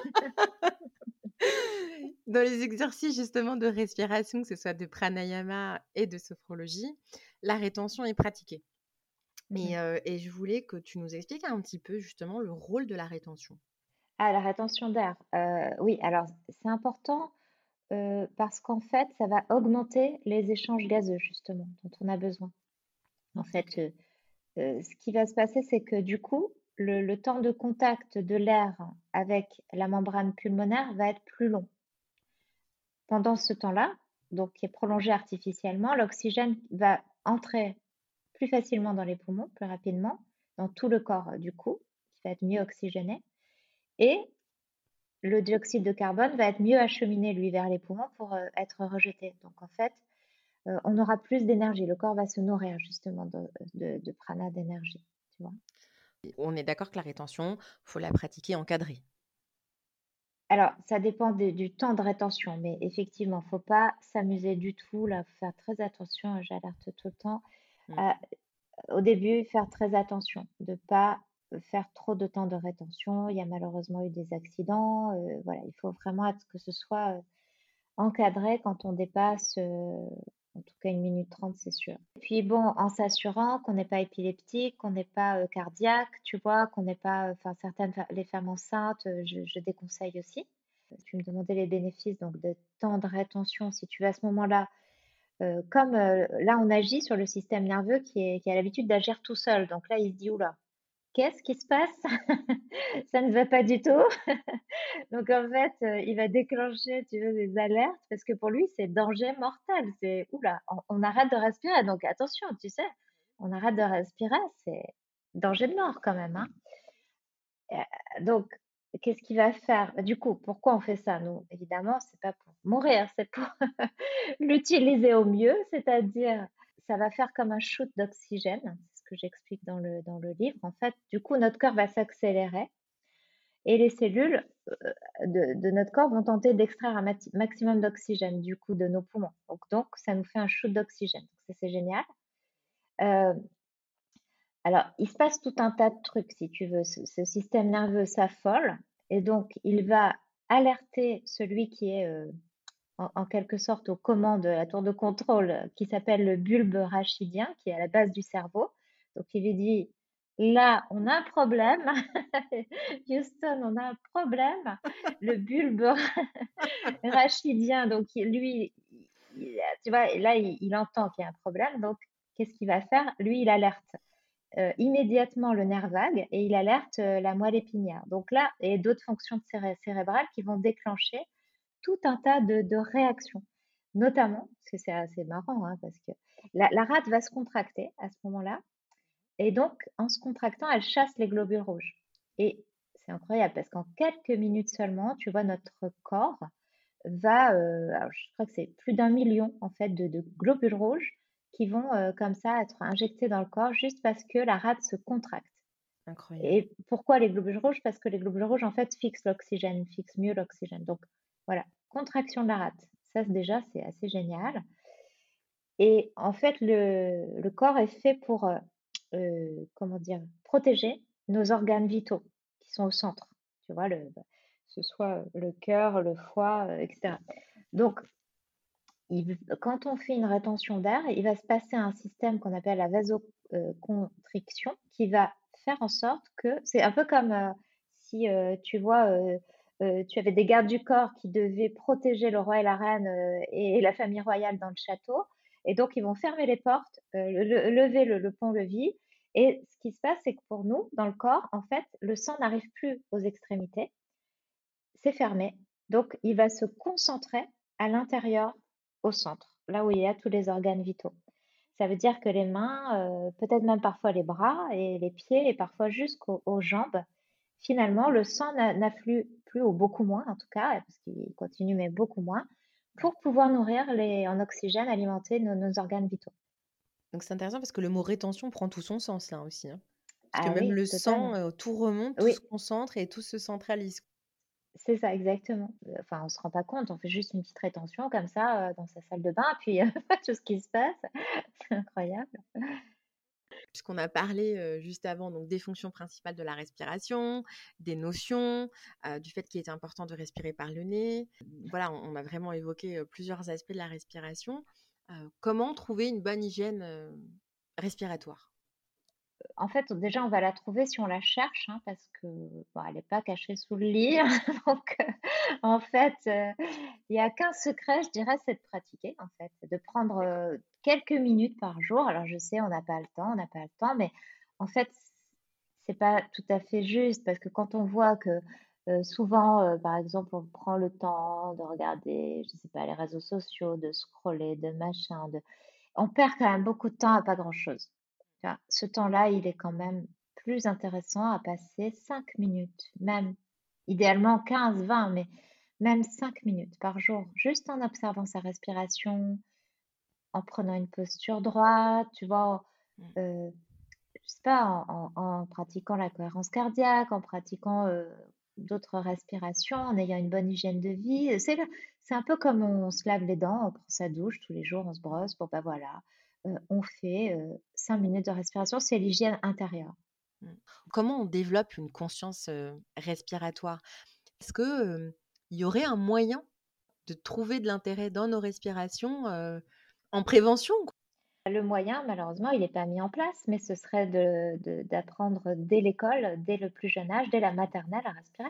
Dans les exercices justement de respiration, que ce soit de pranayama et de sophrologie, la rétention est pratiquée. Mhm. Et, euh, et je voulais que tu nous expliques un petit peu justement le rôle de la rétention. Ah, la rétention d'air. Euh, oui, alors c'est important euh, parce qu'en fait, ça va augmenter les échanges gazeux, justement, dont on a besoin. En fait, Ok. euh, euh, ce qui va se passer, c'est que du coup, le, le temps de contact de l'air avec la membrane pulmonaire va être plus long. Pendant ce temps-là, donc qui est prolongé artificiellement, l'oxygène va entrer plus facilement dans les poumons, plus rapidement, dans tout le corps euh, du coup, qui va être mieux oxygéné. Et le dioxyde de carbone va être mieux acheminé, lui, vers les poumons pour euh, être rejeté. Donc en fait, euh, on aura plus d'énergie. Le corps va se nourrir justement de, de, de prana, d'énergie. Tu vois. On est d'accord que la rétention, faut la pratiquer encadrée. Alors, ça dépend de- du temps de rétention, mais effectivement, faut pas s'amuser du tout. Là, faut faire très attention. J'alerte tout le temps. Mm. Euh, au début, faire très attention, de pas faire trop de temps de rétention. Il y a malheureusement eu des accidents. Euh, voilà, il faut vraiment être- que ce soit euh, encadré quand on dépasse, euh, en tout cas une minute trente, c'est sûr. Et puis bon, en s'assurant qu'on n'est pas épileptique, qu'on n'est pas euh, cardiaque, tu vois, qu'on n'est pas, enfin certaines, fa- les femmes enceintes, euh, je, je déconseille aussi. Tu me demandais les bénéfices donc de temps de rétention. Si tu veux à ce moment-là, euh, comme euh, là on agit sur le système nerveux qui, est, qui a l'habitude d'agir tout seul, donc là il se dit oula, qu'est-ce qui se passe? Ça ne va pas du tout. Donc en fait, euh, il va déclencher, tu veux, des alertes parce que pour lui, c'est danger mortel. C'est oula, on, on arrête de respirer. Donc attention, tu sais, on arrête de respirer, c'est danger de mort quand même, hein. Euh, Donc, qu'est-ce qu'il va faire? Bah, du coup, pourquoi on fait ça? Nous, évidemment, c'est pas pour mourir, c'est pour l'utiliser au mieux, c'est-à-dire, ça va faire comme un shoot d'oxygène, c'est ce que j'explique dans le, dans le livre. En fait, du coup, notre corps va s'accélérer et les cellules euh, de, de notre corps vont tenter d'extraire un maximum d'oxygène du coup de nos poumons. Donc, donc ça nous fait un shoot d'oxygène. Donc ça c'est génial. Euh, alors, il se passe tout un tas de trucs si tu veux. Ce, ce système nerveux s'affole et donc il va alerter celui qui est euh, en, en, quelque sorte aux commandes de la tour de contrôle qui s'appelle le bulbe rachidien qui est à la base du cerveau. Donc il lui dit là, on a un problème. Houston, on a un problème. Le bulbe rachidien, donc lui, il- tu vois, là, il, il entend qu'il y a un problème. Donc, qu'est-ce qu'il va faire? Lui, il alerte euh, immédiatement le nerf vague et il alerte euh, la moelle épinière. Donc là, et d'autres fonctions céré- cérébrales qui vont déclencher tout un tas de, de réactions. notamment, parce que c'est assez marrant, hein, parce que la la rate va se contracter à ce moment-là et donc en se contractant, elle chasse les globules rouges et c'est incroyable parce qu'en quelques minutes seulement, tu vois, notre corps va, heu, alors je crois que c'est plus d'un million en fait de de globules rouges qui vont, heu, comme ça être injectés dans le corps juste parce que la rate se contracte. Incroyable. Et pourquoi les globules rouges? Parce que les globules rouges, en fait, fixent l'oxygène, fixent mieux l'oxygène. Donc voilà, contraction de la rate. Ça, c déjà, c'est assez génial et en fait, le le corps est fait pour, heu heu, comment dire? Protéger nos organes vitaux qui sont au centre. Tu vois? Le bah, que ce soit, heu, le cœur, le foie, heu et cetera. Donc il v quand on fait une rétention d'air, il va se passer un système qu'on appelle la vaso heu, constriction qui va faire en sorte que c'est un peu comme, heu, si, heu, tu vois, heu heu, tu avais des gardes du corps qui devaient protéger le roi et la reine, heu et et la famille royale dans le château et donc ils vont fermer les portes, heu, le le lever le le pont-levis et ce qui se passe, c'est que pour nous, dans le corps, en fait, le sang n'arrive plus aux extrémités, c'est fermé, donc il va se concentrer à l'intérieur, au centre, là où il y a tous les organes vitaux. Ça veut dire que les mains, heu, peut-être même parfois les bras et les pieds et parfois jusqu'aux aux jambes, finalement le sang n'a n'afflue plus ou beaucoup moins en tout cas, parce qu'il continue mais beaucoup moins, pour pouvoir nourrir les en oxygène, alimenter nos nos organes vitaux. Donc c'est intéressant parce que le mot rétention prend tout son sens là aussi, hein. Parce que Ah même oui, le sang, totalement. heu, tout remonte, tout se Oui. concentre et tout se centralise. C'est ça, exactement. Heu, enfin, on se rend pas compte, on fait juste une petite rétention comme ça, heu, dans sa salle de bain, puis, heu, tout ce qui se passe, c'est incroyable. Puisqu'on a parlé, heu, juste avant donc des fonctions principales de la respiration, des notions, heu, du fait qu'il est important de respirer par le nez. Voilà, on on a vraiment évoqué, heu, plusieurs aspects de la respiration. Heu, comment trouver une bonne hygiène, heu, respiratoire? En fait, déjà, on va la trouver si on la cherche, hein, parce que, bah, elle est pas cachée sous le lit. Donc, heu, en fait, heu, il y a qu'un secret, je dirais, c'est de pratiquer, en fait. De prendre, D'accord. heu, quelques minutes par jour. Alors je sais, on n'a pas le temps, on n'a pas le temps, mais en fait, c'est pas tout à fait juste parce que quand on voit que, heu, souvent, heu, par exemple, on prend le temps de regarder, je sais pas, les réseaux sociaux, de scroller, de machin, de on perd quand même beaucoup de temps à pas grand-chose. Tu vois? Ce temps-là, il est quand même plus intéressant à passer cinq minutes, même idéalement quinze, vingt, mais même cinq minutes par jour, juste en observant sa respiration, en prenant une posture droite, tu vois? Mmh. Heu, je sais pas, en en en pratiquant la cohérence cardiaque, en pratiquant, heu, d'autres respirations, en ayant une bonne hygiène de vie. C'est le c'est un peu comme on se lave les dents, on prend sa douche tous les jours, on se brosse. Bon, bah, voilà, heu, on fait, heu, cinq minutes de respiration, c'est l'hygiène intérieure. Mmh. Comment on développe une conscience, heu, respiratoire? Est-ce que, hem, il y aurait un moyen de trouver de l'intérêt dans nos respirations, heu, en prévention, quoi? Le moyen, malheureusement, il est pas mis en place, mais ce serait de de d'apprendre dès l'école, dès le plus jeune âge, dès la maternelle à respirer.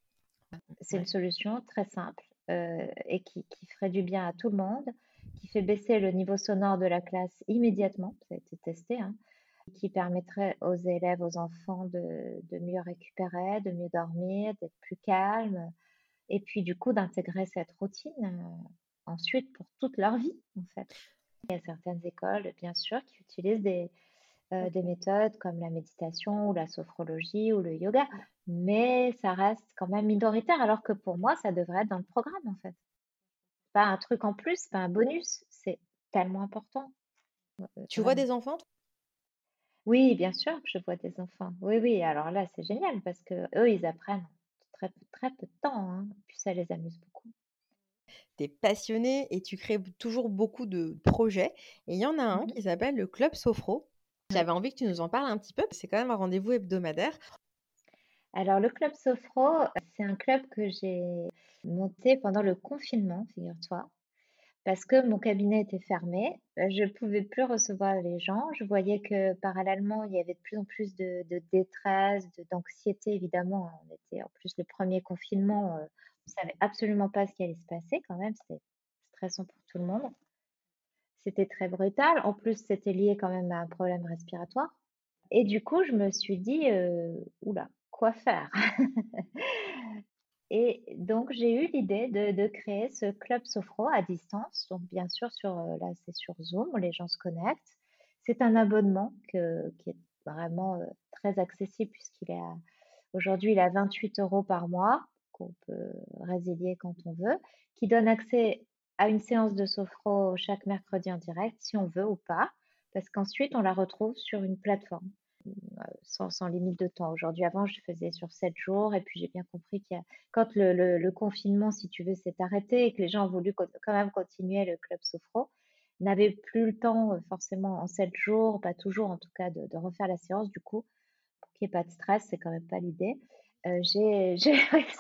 C'est une Ouais. solution très simple, heu et qui qui ferait du bien à tout le monde, qui fait baisser le niveau sonore de la classe immédiatement, ça a été testé, hein, qui permettrait aux élèves, aux enfants de de mieux récupérer, de mieux dormir, d'être plus calmes et puis du coup d'intégrer cette routine, heu, ensuite pour toute leur vie, en fait. Il y a certaines écoles, bien sûr, qui utilisent des, heu, des OK. méthodes comme la méditation ou la sophrologie ou le yoga, mais ça reste quand même minoritaire alors que pour moi, ça devrait être dans le programme, en fait. Pas un truc en plus, pas un bonus, c'est tellement important, heu, Tu vois vraiment. des enfants, toi? Oui, bien sûr que je vois des enfants. Oui, oui, alors là, c'est génial parce qu'eux, ils apprennent en très peu très peu de temps, hein, puis ça les amuse beaucoup. Tu es passionnée et tu crées b toujours beaucoup de projets et il y en a un Mmh. qui s'appelle le Club Sophro. Oui. J'avais envie que tu nous en parles un petit peu, c'est quand même un rendez-vous hebdomadaire. Alors le club sophro, c'est un club que j'ai monté pendant le confinement, figure-toi. Parce que mon cabinet était fermé, heu, je pouvais plus recevoir les gens. Je voyais que parallèlement, il y avait de plus en plus de de détresse, de d'anxiété évidemment, hein. On était en plus le premier confinement, heu, on savait absolument pas ce qui allait se passer quand même, c'était stressant pour tout le monde. C'était très brutal. En plus, c'était lié quand même à un problème respiratoire et du coup, je me suis dit, heu: «Ouh là, quoi faire?» Et donc j'ai eu l'idée de de créer ce club sophro à distance. Donc bien sûr sur, heu, là c'est sur Zoom, où les gens se connectent. C'est un abonnement que qui est vraiment, heu, très accessible puisqu'il est à aujourd'hui il est à vingt-huit euros par mois, qu'on peut résilier quand on veut, qui donne accès à une séance de sophro chaque mercredi en direct si on veut ou pas, parce qu'ensuite on la retrouve sur une plateforme sans, sans limite de temps. Aujourd'hui, avant, je faisais sur sept jours et puis j'ai bien compris qu'il y a, quand le, le, le confinement, si tu veux, s'est arrêté et que les gens ont voulu co- quand même continuer le club sophro, n'avaient plus le temps euh, forcément en sept jours, pas toujours en tout cas, de, de refaire la séance. Du coup, pour qu'il n'y ait pas de stress, c'est quand même pas l'idée. Euh, j'ai, j'ai,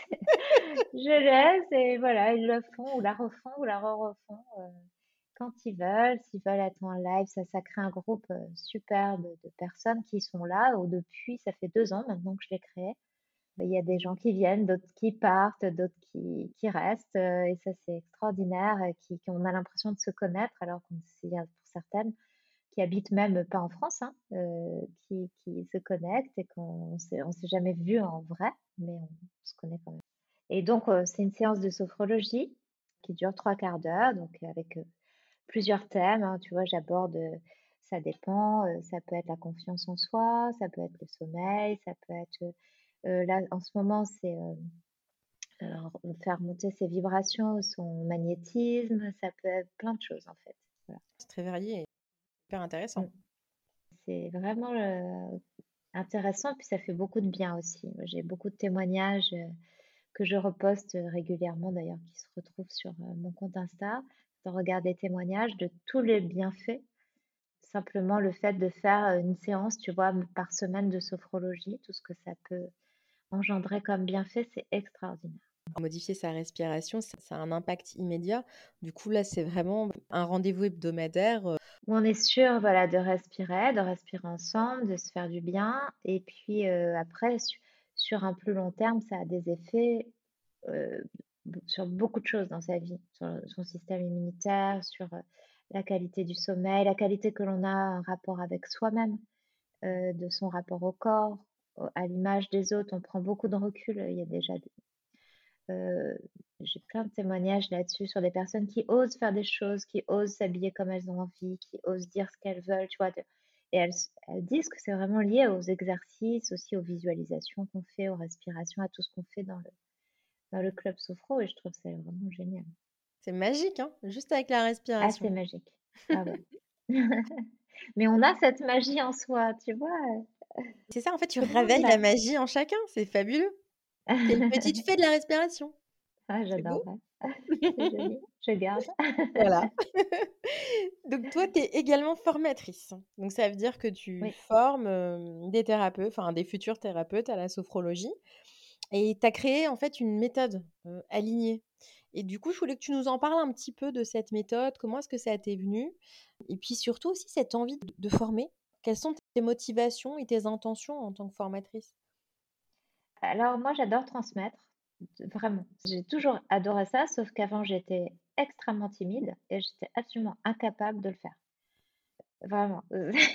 je laisse et voilà, ils le font ou la refont ou la re-refont. euh, quand ils veulent, s'ils veulent être en live, ça, ça crée un groupe euh, super de, de personnes qui sont là. Ou depuis, ça fait deux ans maintenant que je l'ai créé. Il y a des gens qui viennent, d'autres qui partent, d'autres qui, qui restent. euh, et ça, c'est extraordinaire. euh, Qui, qui- on a l'impression de se connaître, alors qu'il y a pour certaines qui habitent même pas en France, hein, euh, qui, qui se connectent et qu'on s'est, on s'est jamais vu en vrai, mais on, se connaît quand même. Et donc, euh, c'est une séance de sophrologie qui dure trois quarts d'heure, donc avec euh, plusieurs thèmes, hein, tu vois, j'aborde, heu, ça dépend, heu, ça peut être la confiance en soi, ça peut être le sommeil, ça peut être, heu heu, là, en ce moment, c'est, heu heu, faire monter ses vibrations, son magnétisme, ça peut être plein de choses, en fait. Voilà. C'est très varié et hyper Mmh. intéressant. C'est vraiment, heu, intéressant, puis ça fait beaucoup de bien aussi. Moi, j'ai beaucoup de témoignages, heu, que je reposte, heu, régulièrement d'ailleurs, qui se retrouvent sur, heu, mon compte Insta. De regarder des témoignages de tous les bienfaits. Simplement le fait de faire, heu, une séance, tu vois, m par semaine de sophrologie, tout ce que ça peut engendrer comme bienfait, c'est extraordinaire. Modifier sa respiration, ça, ça a un impact immédiat. Du coup, là, c'est vraiment un rendez-vous hebdomadaire. euh, Où on est sûr, voilà, de respirer, de respirer ensemble, de se faire du bien et puis, heu, après su sur un plus long terme, ça a des effets, heu, b sur beaucoup de choses dans sa vie, sur son système immunitaire, sur, heu, la qualité du sommeil, la qualité que l'on a un rapport avec soi-même, heu, de son rapport au corps, au à l'image des autres. On prend beaucoup de recul, il y a déjà des heu, j'ai plein de témoignages là-dessus sur des personnes qui osent faire des choses, qui osent s'habiller comme elles ont envie, qui osent dire ce qu'elles veulent, tu vois? De et elles s elles disent que c'est vraiment lié aux exercices, aussi aux visualisations qu'on fait, aux respirations, à tout ce qu'on fait dans le dans le club sophro et je trouve ça vraiment génial. C'est magique, hein, juste avec la Ah, respiration. c'est magique. Ah ouais. Mais on a cette magie en soi, tu vois? C'est ça, en fait, tu Tout le monde réveilles la l'a. magie en chacun. C'est fabuleux. T'es une petite fée de la respiration. Ah, C'est beau. j'adorerais. C'est joli, je garde. Voilà. Donc toi, tu es également formatrice. Donc ça veut dire que tu Oui. formes, hem, des thérapeutes, enfin des futurs thérapeutes à la sophrologie et tu as créé en fait une méthode, heu, alignée et du coup, je voulais que tu nous en parles un petit peu de cette méthode. Comment est-ce que ça t'est venu? Et puis surtout aussi cette envie de de former. Quelles sont tes motivations et tes intentions en tant que formatrice? Alors moi, j'adore transmettre, d vraiment. J'ai toujours adoré ça, sauf qu'avant, j'étais extrêmement timide et j'étais absolument incapable de le faire. Vraiment.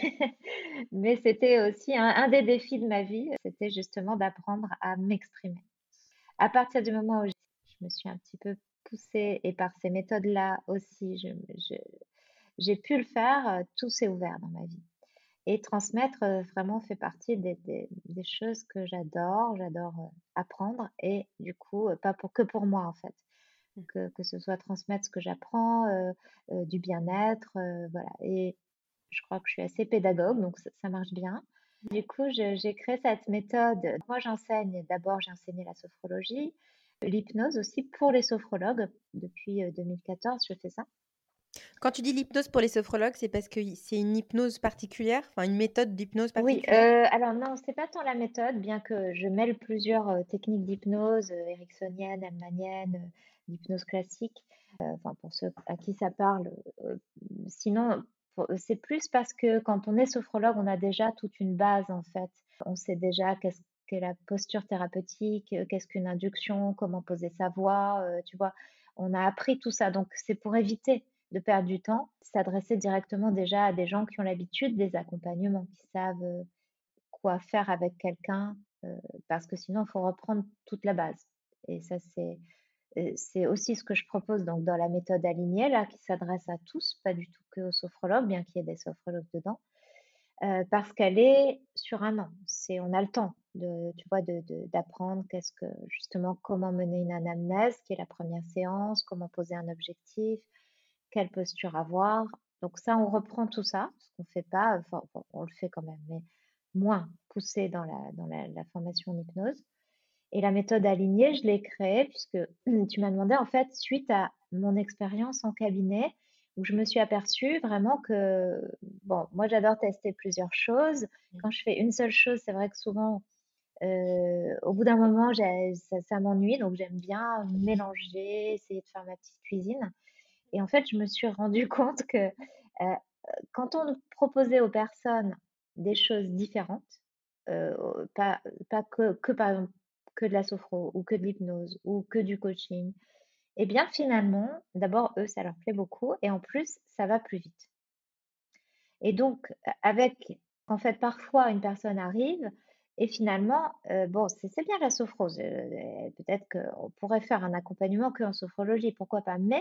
Mais c'était aussi un un des défis de ma vie, c'était justement d'apprendre à m'exprimer. À partir du moment où j je me suis un petit peu poussée et par ces méthodes-là aussi, je me je j'ai pu le faire, heu, tout s'est ouvert dans ma vie. Et transmettre, heu, vraiment fait partie des des des choses que j'adore. J'adore, heu, apprendre et du coup, heu, pas pour que pour moi, en fait. Mmh. Que que ce soit transmettre ce que j'apprends, heu heu, du bien-être, heu, voilà et je crois que je suis assez pédagogue, donc ça ça marche bien. Du coup, je j'ai créé cette méthode. Moi, j'enseigne d'abord, j'ai enseigné la sophrologie, l'hypnose aussi pour les sophrologues. Depuis, heu, deux mille quatorze, je fais ça. Quand tu dis l'hypnose pour les sophrologues, c'est parce que y c'est une hypnose particulière? Enfin une méthode d'hypnose Oui, particulière? heu, alors non, c'est pas tant la méthode, bien que je mêle plusieurs, heu, techniques d'hypnose, heu, ericksonienne, hahnemannienne, heu, l'hypnose classique, heu, enfin pour ceux à qui ça parle, heu, sinon, pour c'est plus parce que quand on est sophrologue, on a déjà toute une base en fait. On sait déjà qu'est-ce qu'est la posture thérapeutique, heu, qu'est-ce qu'une induction, comment poser sa voix, heu, tu vois? On a appris tout ça, donc c'est pour éviter de perdre du temps, s'adresser directement déjà à des gens qui ont l'habitude des accompagnements, qui savent, heu, quoi faire avec quelqu'un, heu, parce que sinon il faut reprendre toute la base Et ça, c'est, euh, c'est aussi ce que je propose donc dans la méthode alignée, là, qui s'adresse à tous, pas du tout que aux sophrologues, bien qu'il y ait des sophrologues dedans, euh, parce qu'elle est sur un an. C'est, on a le temps de, tu vois, de, de- d'apprendre qu'est-ce que, justement, comment mener une anamnèse, qui est la première séance, comment poser un objectif, quelle posture avoir. Donc ça, on reprend tout ça, ce qu'on fait pas, enfin, bon, on le fait quand même, mais moins poussé dans la, dans la, la formation en hypnose. Et la méthode alignée, je l'ai créée puisque tu m'as demandé en fait suite à mon expérience en cabinet où je me suis aperçue vraiment que, bon, moi j'adore tester plusieurs choses. Quand je fais une seule chose, c'est vrai que souvent, euh, au bout d'un moment, j'ai- ça, ça m'ennuie, donc j'aime bien mélanger, essayer de faire ma petite cuisine. Et en fait, je me suis rendu compte que euh, quand on proposait aux personnes des choses différentes, euh, pas, pas que, que par exemple que de la sophro ou que de l'hypnose ou que du coaching, eh bien finalement, d'abord eux, ça leur plaît beaucoup et en plus, ça va plus vite. Et donc, euh, avec, en fait, parfois une personne arrive et finalement, euh, bon, c'est c'est bien la sophrose. euh, Peut-être qu'on pourrait faire un accompagnement que en sophrologie, pourquoi pas. Mais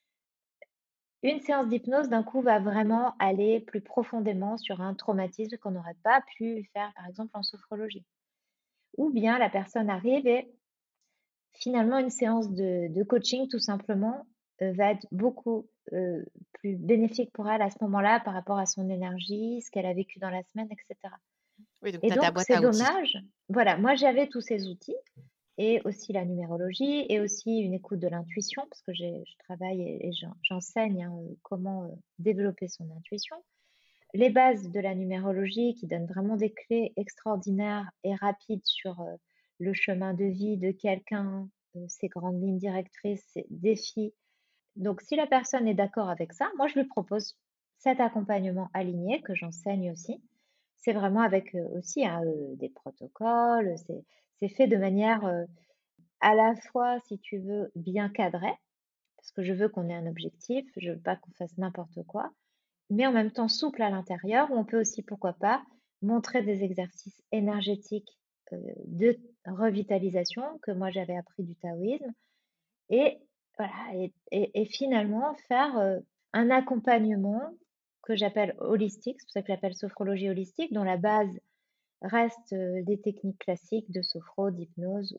une séance d'hypnose, d'un coup, va vraiment aller plus profondément sur un traumatisme qu'on n'aurait pas pu faire, par exemple, en sophrologie. Ou bien la personne arrive et finalement, une séance de, de coaching, tout simplement, euh, va être beaucoup euh, plus bénéfique pour elle à ce moment-là par rapport à son énergie, ce qu'elle a vécu dans la semaine, et cetera. Oui, donc Et tu as ta donc, boîte c'est à outils. dommage. Voilà, moi, j'avais tous ces outils et aussi la numérologie et aussi une écoute de l'intuition, parce que j'ai, je travaille et, et j'en- j'enseigne hein, euh, comment euh, développer son intuition. Les bases de la numérologie qui donnent vraiment des clés extraordinaires et rapides sur euh, le chemin de vie de quelqu'un, euh, ses grandes lignes directrices, ses défis. Donc, si la personne est d'accord avec ça, moi, je lui propose cet accompagnement aligné que j'enseigne aussi. C'est vraiment avec euh, aussi hein, euh, des protocoles, c'est c'est fait de manière euh, à la fois, si tu veux, bien cadrée, parce que je veux qu'on ait un objectif, je veux pas qu'on fasse n'importe quoi, mais en même temps souple à l'intérieur, où on peut aussi, pourquoi pas, montrer des exercices énergétiques euh, de revitalisation que moi j'avais appris du taoïsme, et voilà, et, et- et finalement faire euh, un accompagnement que j'appelle holistique, c'est pour ça que j'appelle sophrologie holistique, dont la base reste euh, des techniques classiques de sophro, d'hypnose,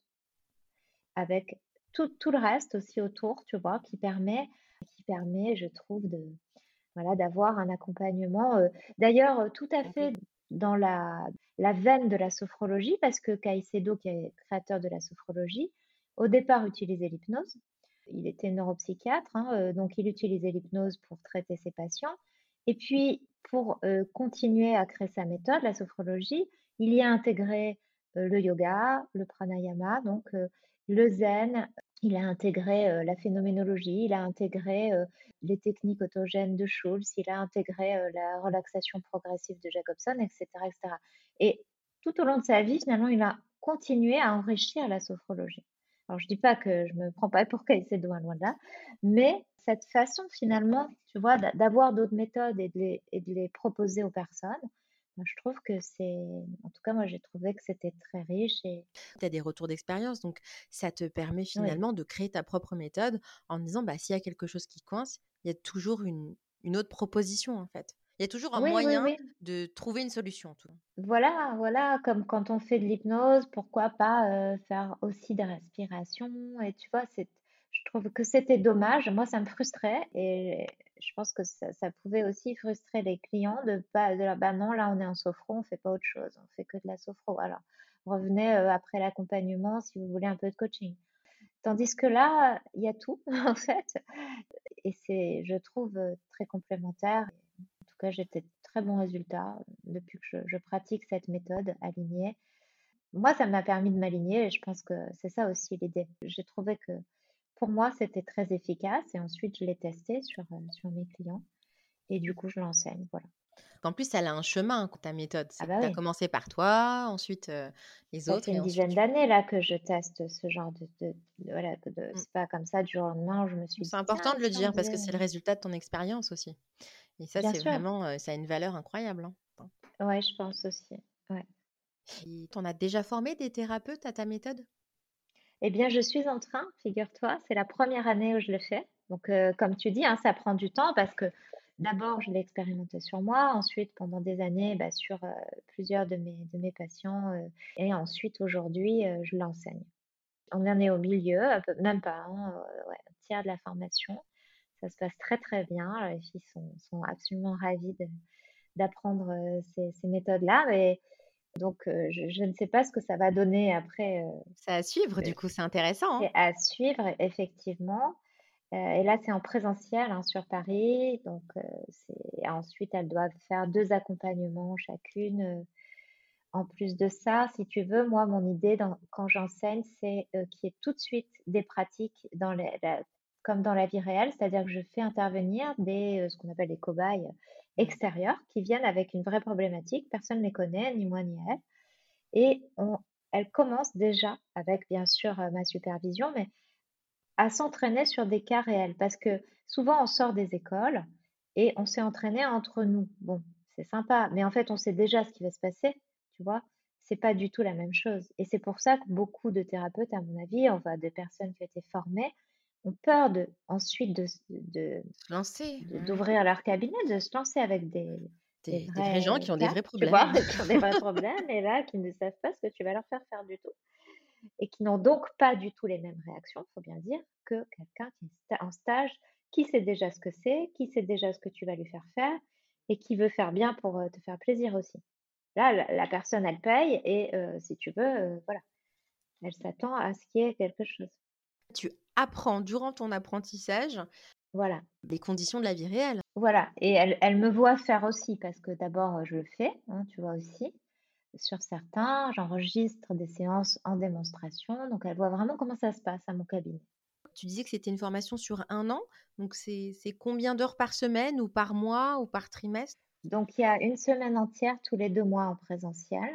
avec tout, tout le reste aussi autour, tu vois, qui permet, qui permet, je trouve, de, voilà, d'avoir un accompagnement, euh, d'ailleurs, euh, tout à fait Complet. dans la, la veine de la sophrologie, parce que Caicedo, qui est créateur de la sophrologie, au départ utilisait l'hypnose. Il était neuropsychiatre, hein, euh, donc il utilisait l'hypnose pour traiter ses patients. Et puis, pour euh, continuer à créer sa méthode, la sophrologie, il y a intégré euh, le yoga, le pranayama, donc euh, le zen, il a intégré euh, la phénoménologie, il a intégré euh, les techniques autogènes de Schultz, il a intégré euh, la relaxation progressive de Jacobson, et cetera, et cetera. Et tout au long de sa vie, finalement, il a continué à enrichir la sophrologie. Alors, je dis pas que je me prends pas pour Caicedo, loin de là, mais cette façon, finalement, tu vois, d'a- d'avoir d'autres méthodes et de les, et de les proposer aux personnes, moi, je trouve que c'est, en tout cas, moi, j'ai trouvé que c'était très riche et Tu as des retours d'expérience, donc ça te permet oui, finalement de créer ta propre méthode en disant, bah, s'il y a quelque chose qui coince, il y a toujours une, une autre proposition en fait. Il y a toujours un oui, oui, moyen oui. de trouver une solution. Tout. Voilà, voilà, comme quand on fait de l'hypnose, pourquoi pas euh, faire aussi des respirations. Et tu vois, c'est, je trouve que c'était dommage. Moi, ça me frustrait et je pense que ça, ça pouvait aussi frustrer les clients de pas de leur, bah non, là on est en sophro, on fait pas autre chose, on fait que de la sophro. Alors, revenez euh, après l'accompagnement si vous voulez un peu de coaching. Tandis que là, il y a tout en fait, et c'est, je trouve, euh, très complémentaire. En tout cas, j'ai de très bons résultats depuis que je, je pratique cette méthode alignée. Moi, ça m'a permis de m'aligner et je pense que c'est ça aussi l'idée. J'ai trouvé que pour moi, c'était très efficace et ensuite je l'ai testé sur, euh, sur mes clients et du coup, je l'enseigne. Voilà. En plus, elle a un chemin, ta méthode. Ah C'est que bah tu as oui, commencé par toi, ensuite euh, les ça autres, fait et une ensuite dizaine tu... d'années là que je teste ce genre de, de, de- voilà, que de, Mm. c'est pas comme ça du jour au lendemain où je me suis C'est dit important tiens, de le si on dire parce que faisait. c'est le résultat de ton expérience aussi. Et ça, Bien c'est sûr, vraiment, euh, ça a une valeur incroyable. Hein. ouais, je pense aussi. Ouais. Tu en as déjà formé des thérapeutes à ta méthode? Eh bien, je suis en train, figure-toi, c'est la première année où je le fais. Donc, euh, comme tu dis, hein, ça prend du temps parce que d'abord, je l'ai expérimenté sur moi, ensuite, pendant des années, bah, sur euh, plusieurs de mes, de mes patients, euh, et ensuite, aujourd'hui, euh, je l'enseigne. On en est au milieu, un peu- même pas, hein, euh, ouais, un tiers de la formation. Ça se passe très, très bien. Les filles sont, sont absolument ravies de- d'apprendre euh, ces, ces méthodes-là. Mais donc, euh, je, je ne sais pas ce que ça va donner après. euh, C'est à suivre, euh, du coup, c'est intéressant, hein? c'est à suivre, effectivement. Euh, et là, c'est en présentiel, hein, sur Paris. Donc, euh, c'est... ensuite, elles doivent faire deux accompagnements chacune. euh, En plus de ça, si tu veux, moi, mon idée dans- quand j'enseigne, c'est euh, qu'il y ait tout de suite des pratiques dans les- la- comme dans la vie réelle, c'est-à-dire que je fais intervenir des, euh, ce qu'on appelle des cobayes Mmh. extérieurs qui viennent avec une vraie problématique. Personne ne les connaît, ni moi ni elles. Et on, elles commencent déjà, avec bien sûr euh, ma supervision, mais à s'entraîner sur des cas réels. Parce que souvent, on sort des écoles et on s'est entraîné entre nous. Bon, c'est sympa, mais en fait, on sait déjà ce qui va se passer, tu vois. C'est pas du tout la même chose. Et c'est pour ça que beaucoup de thérapeutes, à mon avis, enfin, des personnes qui ont été formées, ont peur de, ensuite de, de, Se lancer, de- mmh. d'ouvrir leur cabinet, de se lancer avec des, des Des des vrais gens vrais qui ont des cas, vrais tu problèmes. vois, qui ont des vrais problèmes et là, qui ne savent pas ce que tu vas leur faire faire du tout et qui n'ont donc pas du tout les mêmes réactions, il faut bien dire, que quelqu'un qui est sta- en stage, qui sait déjà ce que c'est, qui sait déjà ce que tu vas lui faire faire et qui veut faire bien pour euh, te faire plaisir aussi. Là, la, la personne, elle paye et euh, si tu veux, euh, voilà, elle s'attend à ce qu'il y ait quelque chose. Tu apprends durant ton apprentissage Voilà, les conditions de la vie réelle. voilà. Et elle, elle me voit faire aussi parce que d'abord, euh, je le fais, hein, tu vois aussi. Sur certains, j'enregistre des séances en démonstration, donc elle voit vraiment comment ça se passe à mon cabinet. Tu disais que c'était une formation sur un an, donc c'est c'est combien d'heures par semaine ou par mois ou par trimestre? Donc, il y a une semaine entière tous les deux mois en présentiel.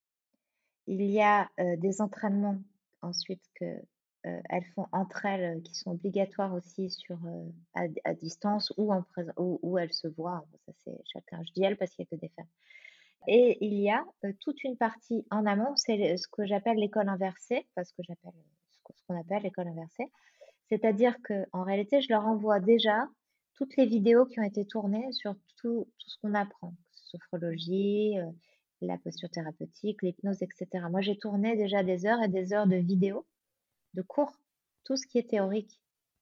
Il y a euh, des entraînements ensuite que euh, elles font entre elles, euh, qui sont obligatoires aussi sur euh, à, à distance ou en présent ou, ou elles se voient. Bon, ça c'est chacun. Je dis elles parce qu'il n'y a que des femmes. Et il y a euh, toute une partie en amont, c'est le- ce que j'appelle l'école inversée, parce que j'appelle ce qu'on ce qu'on appelle l'école inversée. C'est-à-dire que en réalité, je leur envoie déjà toutes les vidéos qui ont été tournées sur tout, tout ce qu'on apprend, sophrologie, euh, la posture thérapeutique, l'hypnose, et cetera. Moi, j'ai tourné déjà des heures et des heures de vidéos, de cours, tout ce qui est théorique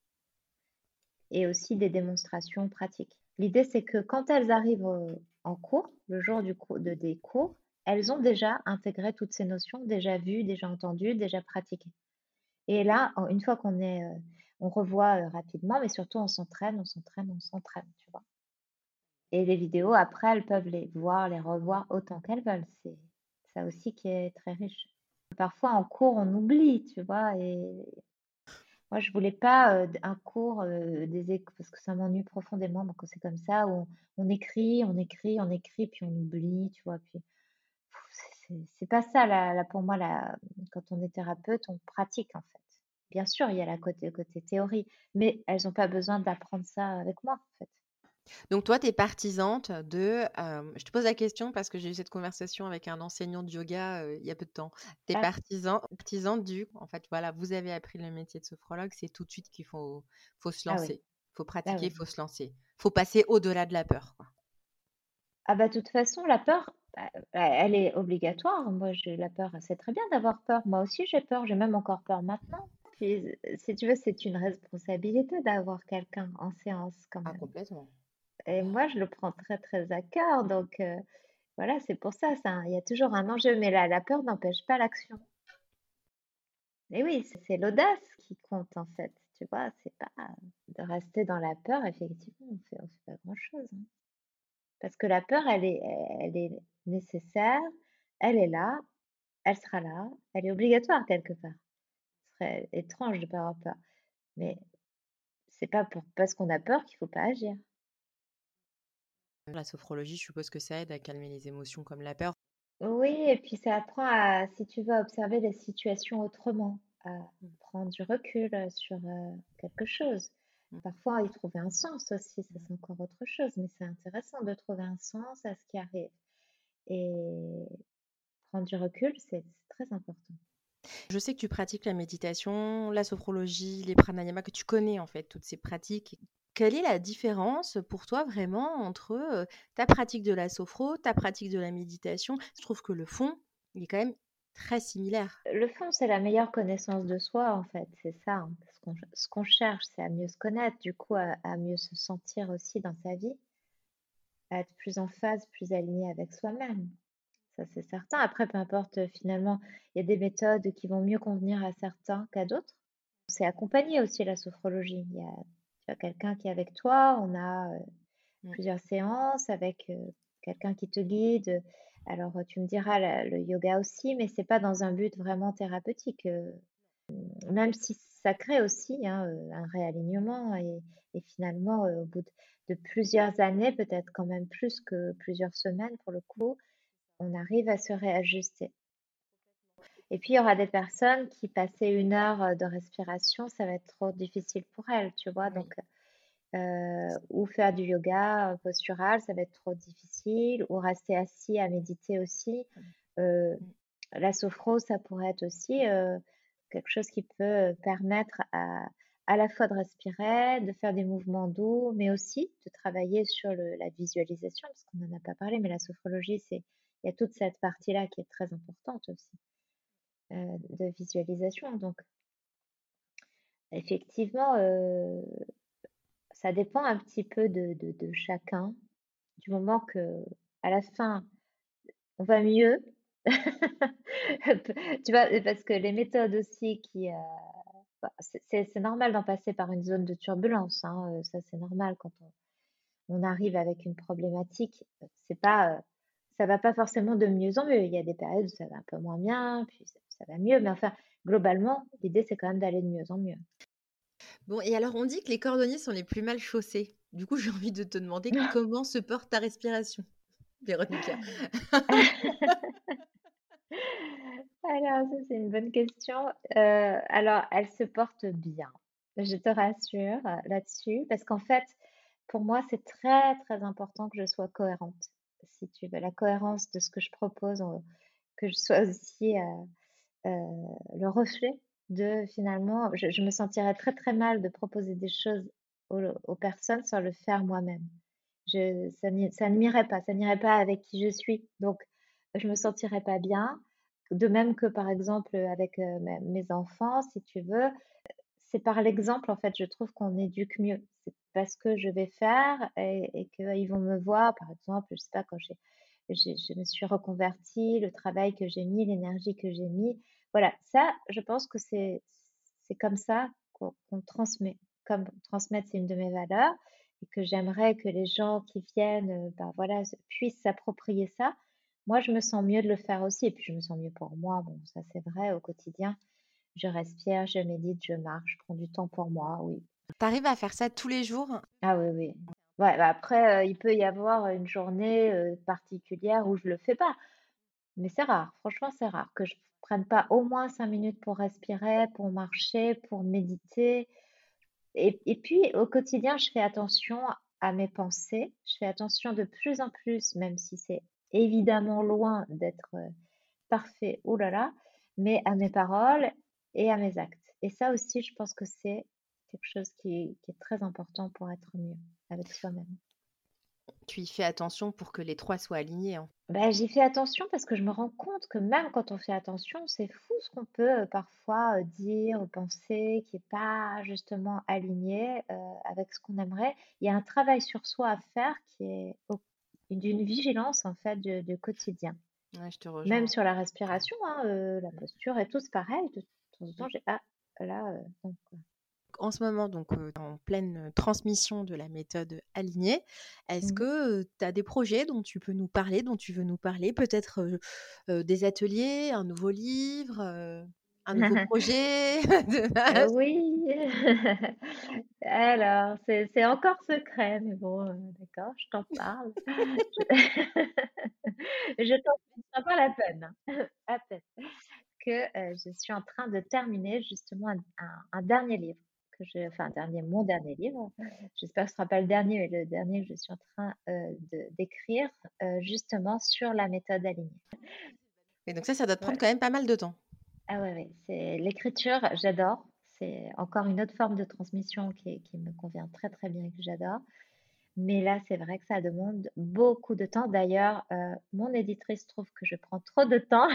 et aussi des démonstrations pratiques. L'idée, c'est que quand elles arrivent au- en cours, le jour du cours, de, des cours, elles ont déjà intégré toutes ces notions, déjà vues, déjà entendues, déjà pratiquées. Et là, en- une fois qu'on est, euh, on revoit euh, rapidement, mais surtout on s'entraîne, on s'entraîne, on s'entraîne, tu vois. Et les vidéos, après, elles peuvent les voir, les revoir autant qu'elles veulent. C'est ça aussi qui est très riche. Parfois, en cours, on oublie, tu vois. Et moi, je voulais pas euh, un cours euh, des éc- parce que ça m'ennuie profondément. Donc, c'est comme ça où on, on écrit, on écrit, on écrit, puis on oublie, tu vois. Puis pff, c'est c'est- c'est pas ça, là, là, pour moi, là, quand on est thérapeute, on pratique, en fait. Bien sûr, il y a la côté, côté théorie, mais elles n'ont pas besoin d'apprendre ça avec moi, en fait. Donc toi, tu es partisante de, hem, je te pose la question parce que j'ai eu cette conversation avec un enseignant de yoga, heu, il y a peu de temps. Tu es Ah, partisan partisane du en fait, voilà, vous avez appris le métier de sophrologue, c'est tout de suite qu'il faut faut se ah oui, lancer. Faut ah pratiquer, oui. faut se lancer. Faut passer au-delà de la peur, quoi. Ah bah, de toute façon, la peur, bah, bah, elle est obligatoire. Moi, j'ai la peur. C'est très bien d'avoir peur. Moi aussi, j'ai peur. J'ai même encore peur maintenant. Puis, euh, si tu veux, c'est une responsabilité d'avoir quelqu'un en séance quand Ah même. complètement. Et moi, je le prends très, très à cœur. Donc, euh, voilà, c'est pour ça. Ça, il y a toujours un enjeu. Mais la, la peur n'empêche pas l'action. Et oui, c'est c'est l'audace qui compte, en fait. Tu vois, c'est pas de rester dans la peur. Effectivement, on fait, on fait pas grand-chose, hein. Parce que la peur, elle est, elle est nécessaire. Elle est là. Elle sera là, elle est obligatoire quelque part. Ce serait étrange de ne pas avoir peur. Mais c'est pas pour parce qu'on a peur qu'il faut pas agir. La sophrologie, je suppose que ça aide à calmer les émotions comme la peur. Oui, et puis ça apprend à, si tu veux, à observer les situations autrement, à prendre du recul euh, sur euh, quelque chose. Mmh. Parfois, y trouver un sens aussi, ça c'est encore autre chose, mais c'est intéressant de trouver un sens à ce qui arrive. Et prendre du recul, c'est c'est très important. Je sais que tu pratiques la méditation, la sophrologie, les pranayama, que tu connais en fait toutes ces pratiques. Quelle est la différence pour toi vraiment entre euh, ta pratique de la sophro, ta pratique de la méditation? Je trouve que le fond, il est quand même très similaire. Le fond, c'est la meilleure connaissance de soi, en fait, c'est ça, hein. Ce qu'on ce qu'on cherche, c'est à mieux se connaître, du coup, à, à mieux se sentir aussi dans sa vie, à être plus en phase, plus aligné avec soi-même. Ça, c'est certain. Après, peu importe, euh, finalement, il y a des méthodes qui vont mieux convenir à certains qu'à d'autres. C'est accompagné aussi la sophrologie. Il y a, tu as quelqu'un qui est avec toi, on a euh, Mm. plusieurs séances avec euh, quelqu'un qui te guide. Alors, euh, tu me diras la- le yoga aussi, mais c'est pas dans un but vraiment thérapeutique. euh, Même si ça crée aussi hein, euh, un réalignement et, et finalement, euh, au bout de, de plusieurs années, peut-être quand même plus que plusieurs semaines pour le coup, on arrive à se réajuster. Et puis, il y aura des personnes qui, passer une heure euh, de respiration, ça va être trop difficile pour elles, tu vois. Oui. Donc, euh, ou faire du yoga euh, postural, ça va être trop difficile, ou rester assis à méditer aussi. Euh, Mm. la sophro, ça pourrait être aussi euh, quelque chose qui peut euh, permettre à, à la fois de respirer, de faire des mouvements doux, mais aussi de travailler sur le- la visualisation, parce qu'on n'en a pas parlé, mais la sophrologie, c'est, il y a toute cette partie-là qui est très importante aussi, euh, de visualisation. Donc, effectivement, euh, ça dépend un petit peu de, de, de chacun, du moment que à la fin, on va mieux. Tu vois, parce que les méthodes aussi qui, euh, bah, c'est c'est- c'est normal d'en passer par une zone de turbulence, hein, euh, ça c'est normal quand on, on arrive avec une problématique. euh, C'est pas, euh, ça va pas forcément de mieux en mieux. Il y a des périodes où ça va un peu moins bien, puis ça, ça va mieux, mais enfin, globalement, l'idée c'est quand même d'aller de mieux en mieux. Bon, et alors on dit que les cordonniers sont les plus mal chaussés. Du coup, j'ai envie de te demander comment se porte ta respiration, Véronica. Alors, ça, c'est une bonne question. Euh, alors, elle se porte bien. Je te rassure euh, là-dessus, parce qu'en fait, pour moi, c'est très, très important que je sois cohérente. Si tu veux, la cohérence de ce que je propose, euh, que je sois aussi euh, euh, le reflet de finalement, je, je me sentirais très, très mal de proposer des choses aux, aux personnes sans le faire moi-même. Je, ça n'y- ça ne m'irait pas, ça n'irait pas avec qui je suis. Donc, je me sentirais pas bien. De même que, par exemple, avec euh, mes mes enfants, si tu veux, c'est par l'exemple, en fait, je trouve qu'on éduque mieux. C'est parce que je vais faire et, et qu'ils vont me voir, par exemple, je sais pas, quand j'ai, j'ai- je me suis reconvertie, le travail que j'ai mis, l'énergie que j'ai mis. Voilà, ça, je pense que c'est, c'est comme ça qu'on qu'on transmet. Comme transmettre, c'est une de mes valeurs et que j'aimerais que les gens qui viennent, euh, ben voilà, se- puissent s'approprier ça. Moi, je me sens mieux de le faire aussi et puis je me sens mieux pour moi. Bon, ça, c'est vrai au quotidien. Je respire, je médite, je marche, je prends du temps pour moi, oui. T'arrives à faire ça tous les jours? Ah oui, oui. Ouais, bah après, euh, il peut y avoir une journée euh, particulière où je le fais pas, mais c'est rare. Franchement, c'est rare que je prenne pas au moins cinq minutes pour respirer, pour marcher, pour méditer. Et, et puis, au quotidien, je fais attention à mes pensées. Je fais attention de plus en plus, même si c'est évidemment loin d'être euh, parfait, oh là là, mais à mes paroles et à mes actes. Et ça aussi, je pense que c'est quelque chose qui, qui est très important pour être mieux avec soi-même. Tu y fais attention pour que les trois soient alignés, hein. Ben, j'y fais attention parce que je me rends compte que même quand on fait attention, c'est fou ce qu'on peut euh, parfois euh, dire ou penser qui n'est pas justement aligné euh, avec ce qu'on aimerait. Il y a un travail sur soi à faire qui est au- d'une vigilance en fait du, du quotidien. Ouais, je te Même rejoins. sur la respiration, hein, euh, la Mm, posture et tout, c'est pareil. De temps en mm. temps, j'ai ah là, euh, non, quoi. En ce moment, donc euh, en pleine transmission de la méthode alignée, est-ce Mhm. que tu as des projets dont tu peux nous parler, dont tu veux nous parler? Peut-être euh, euh, des ateliers, un nouveau livre, euh, un nouveau projet? Euh, oui. Alors, c'est c'est encore secret, mais bon, euh, d'accord, je t'en parle. Je, je t'en ça pas la peine, hein. À peine que euh, je suis en train de terminer justement un, un- un dernier livre que je, enfin un dernier, mon dernier livre. J'espère que ce sera pas le dernier, mais le dernier que je suis en train euh, de d'écrire euh, justement sur la méthode alignée. Et donc ça, ça doit te prendre Ouais. quand même pas mal de temps. Ah ouais, ouais, c'est l'écriture, j'adore. C'est encore une autre forme de transmission qui, qui me convient très très bien et que j'adore. Mais là, c'est vrai que ça demande beaucoup de temps. D'ailleurs, euh, mon éditrice trouve que je prends trop de temps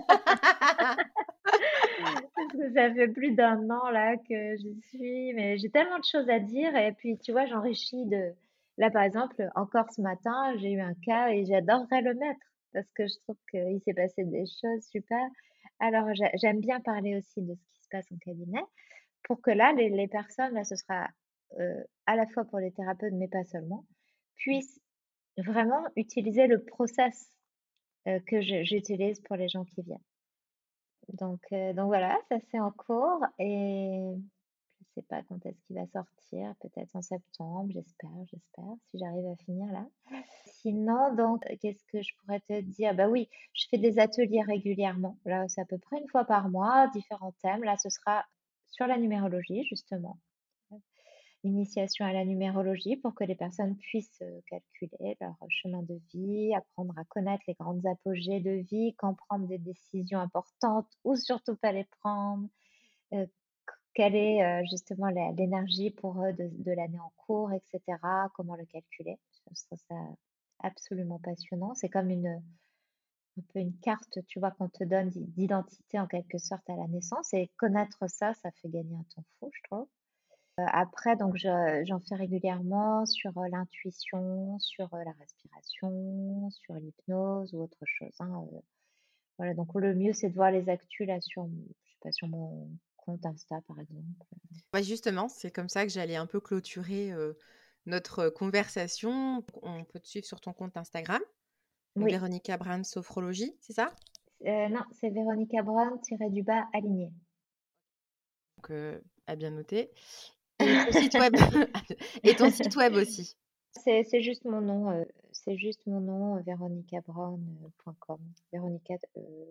parce que ça fait plus d'un an là que j'y suis. Mais j'ai tellement de choses à dire et puis tu vois, j'enrichis de. Là, par exemple, encore ce matin, j'ai eu un cas et j'adorerais le mettre parce que je trouve qu'il s'est passé des choses super. Alors, j'ai- j'aime bien parler aussi de ce qui se passe en cabinet pour que là, les, les personnes, là, ce sera euh, à la fois pour les thérapeutes, mais pas seulement, puissent vraiment utiliser le process euh, que je- j'utilise pour les gens qui viennent. Donc, euh, donc voilà, ça c'est en cours et je sais pas quand est-ce qu'il va sortir, peut-être en septembre, j'espère, j'espère, si j'arrive à finir là. Sinon, donc, euh, qu'est-ce que je pourrais te dire? Bah oui, je fais des ateliers régulièrement. Là, c'est à peu près une fois par mois, différents thèmes. Là, ce sera sur la numérologie, justement. Initiation à la numérologie pour que les personnes puissent euh, calculer leur chemin de vie, apprendre à connaître les grandes apogées de vie, quand prendre des décisions importantes ou surtout pas les prendre, euh, quelle est euh, justement la- l'énergie pour eux de, de l'année en cours, et cetera. Comment le calculer. Je trouve ça absolument passionnant. C'est comme une, un peu une carte, tu vois, qu'on te donne d'i- d'identité en quelque sorte à la naissance. Et connaître ça, ça fait gagner un temps fou, je trouve. Euh, après, donc, je- j'en fais régulièrement sur euh, l'intuition, sur euh, la respiration, sur l'hypnose ou autre chose, hein, euh. Voilà, donc le mieux, c'est de voir les actus là sur, mon- je sais pas, sur mon compte Insta, par exemple. Ouais, justement, c'est comme ça que j'allais un peu clôturer euh, notre conversation. On peut te suivre sur ton compte Instagram, donc Oui, Véronica Brown Sophrologie, c'est ça? euh, non, c'est Véronica Brown tiré du bas aligné. Donc, euh, à bien noter. Et ton site web, et ton site web aussi. C'est c'est juste mon nom, euh, c'est juste mon nom, véronica brown point com. Véronica, euh,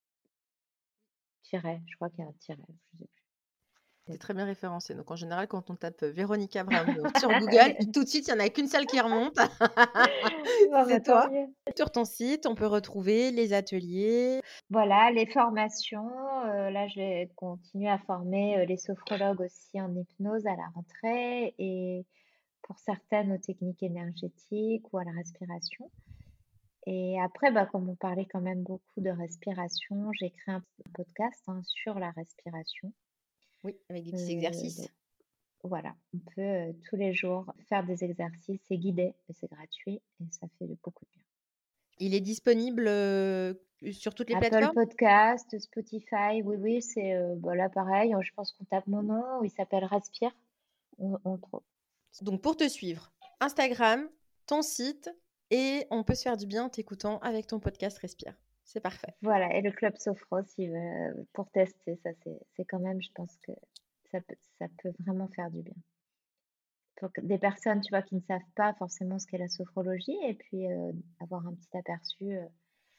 tiret, je crois qu'il y a un tiret, je sais C'est plus. très bien référencé. Donc, en général, quand on tape Véronica Brown sur Google, tout de suite, il n'y en a qu'une seule qui remonte. Bon, bah, C'est tant toi. mieux. Sur ton site, on peut retrouver les ateliers. Voilà, les formations, heu, là, je vais continuer à former, heu, les sophrologues aussi en hypnose à la rentrée et pour certaines aux techniques énergétiques ou à la respiration et après, bah, comme on parlait quand même beaucoup de respiration, j'ai créé un podcast, hein, sur la respiration. Oui, avec des petits Heu, donc exercices. voilà, on peut, heu, tous les jours faire des exercices, c'est guidé et c'est gratuit et ça fait beaucoup de bien. Il est disponible euh, sur toutes les Apple plateformes. Podcast, Spotify, oui, oui, c'est euh, bah là pareil, je pense qu'on tape mon nom, il s'appelle Respire, on, on trouve. Donc, pour te suivre, Instagram, ton site, et on peut se faire du bien en t'écoutant avec ton podcast Respire. C'est parfait. Voilà, et le Club Sophro, si, euh, pour tester, ça c'est c'est quand même, je pense que ça peut, ça peut vraiment faire du bien. Pour que des personnes, tu vois, qui ne savent pas forcément ce qu'est la sophrologie, et puis euh, avoir un petit aperçu euh,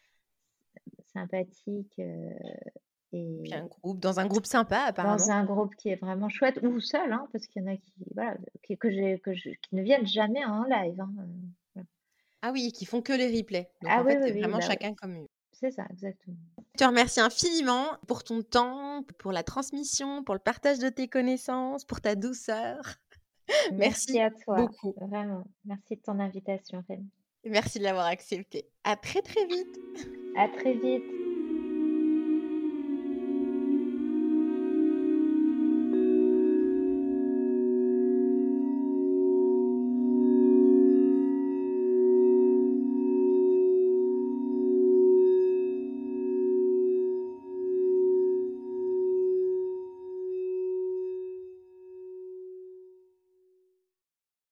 sympathique euh, Puis un et groupe, dans un groupe sympa, dans apparemment. un groupe qui est vraiment chouette, ou seul, hein, parce qu'il y en a qui, voilà, qui, que j'ai, que je, qui ne viennent jamais en live, hein, euh, voilà. Ah oui, qui font que les replays. Donc, Ah en oui, fait, oui, c'est oui, vraiment bah ouais, chacun comme eux. c'est ça, exactement. Je te remercie infiniment pour ton temps, pour la transmission, pour le partage de tes connaissances, pour ta douceur. Merci Merci à toi, beaucoup. vraiment. Merci de ton invitation, Rémi. Et merci de l'avoir accepté. À très très vite. À très vite.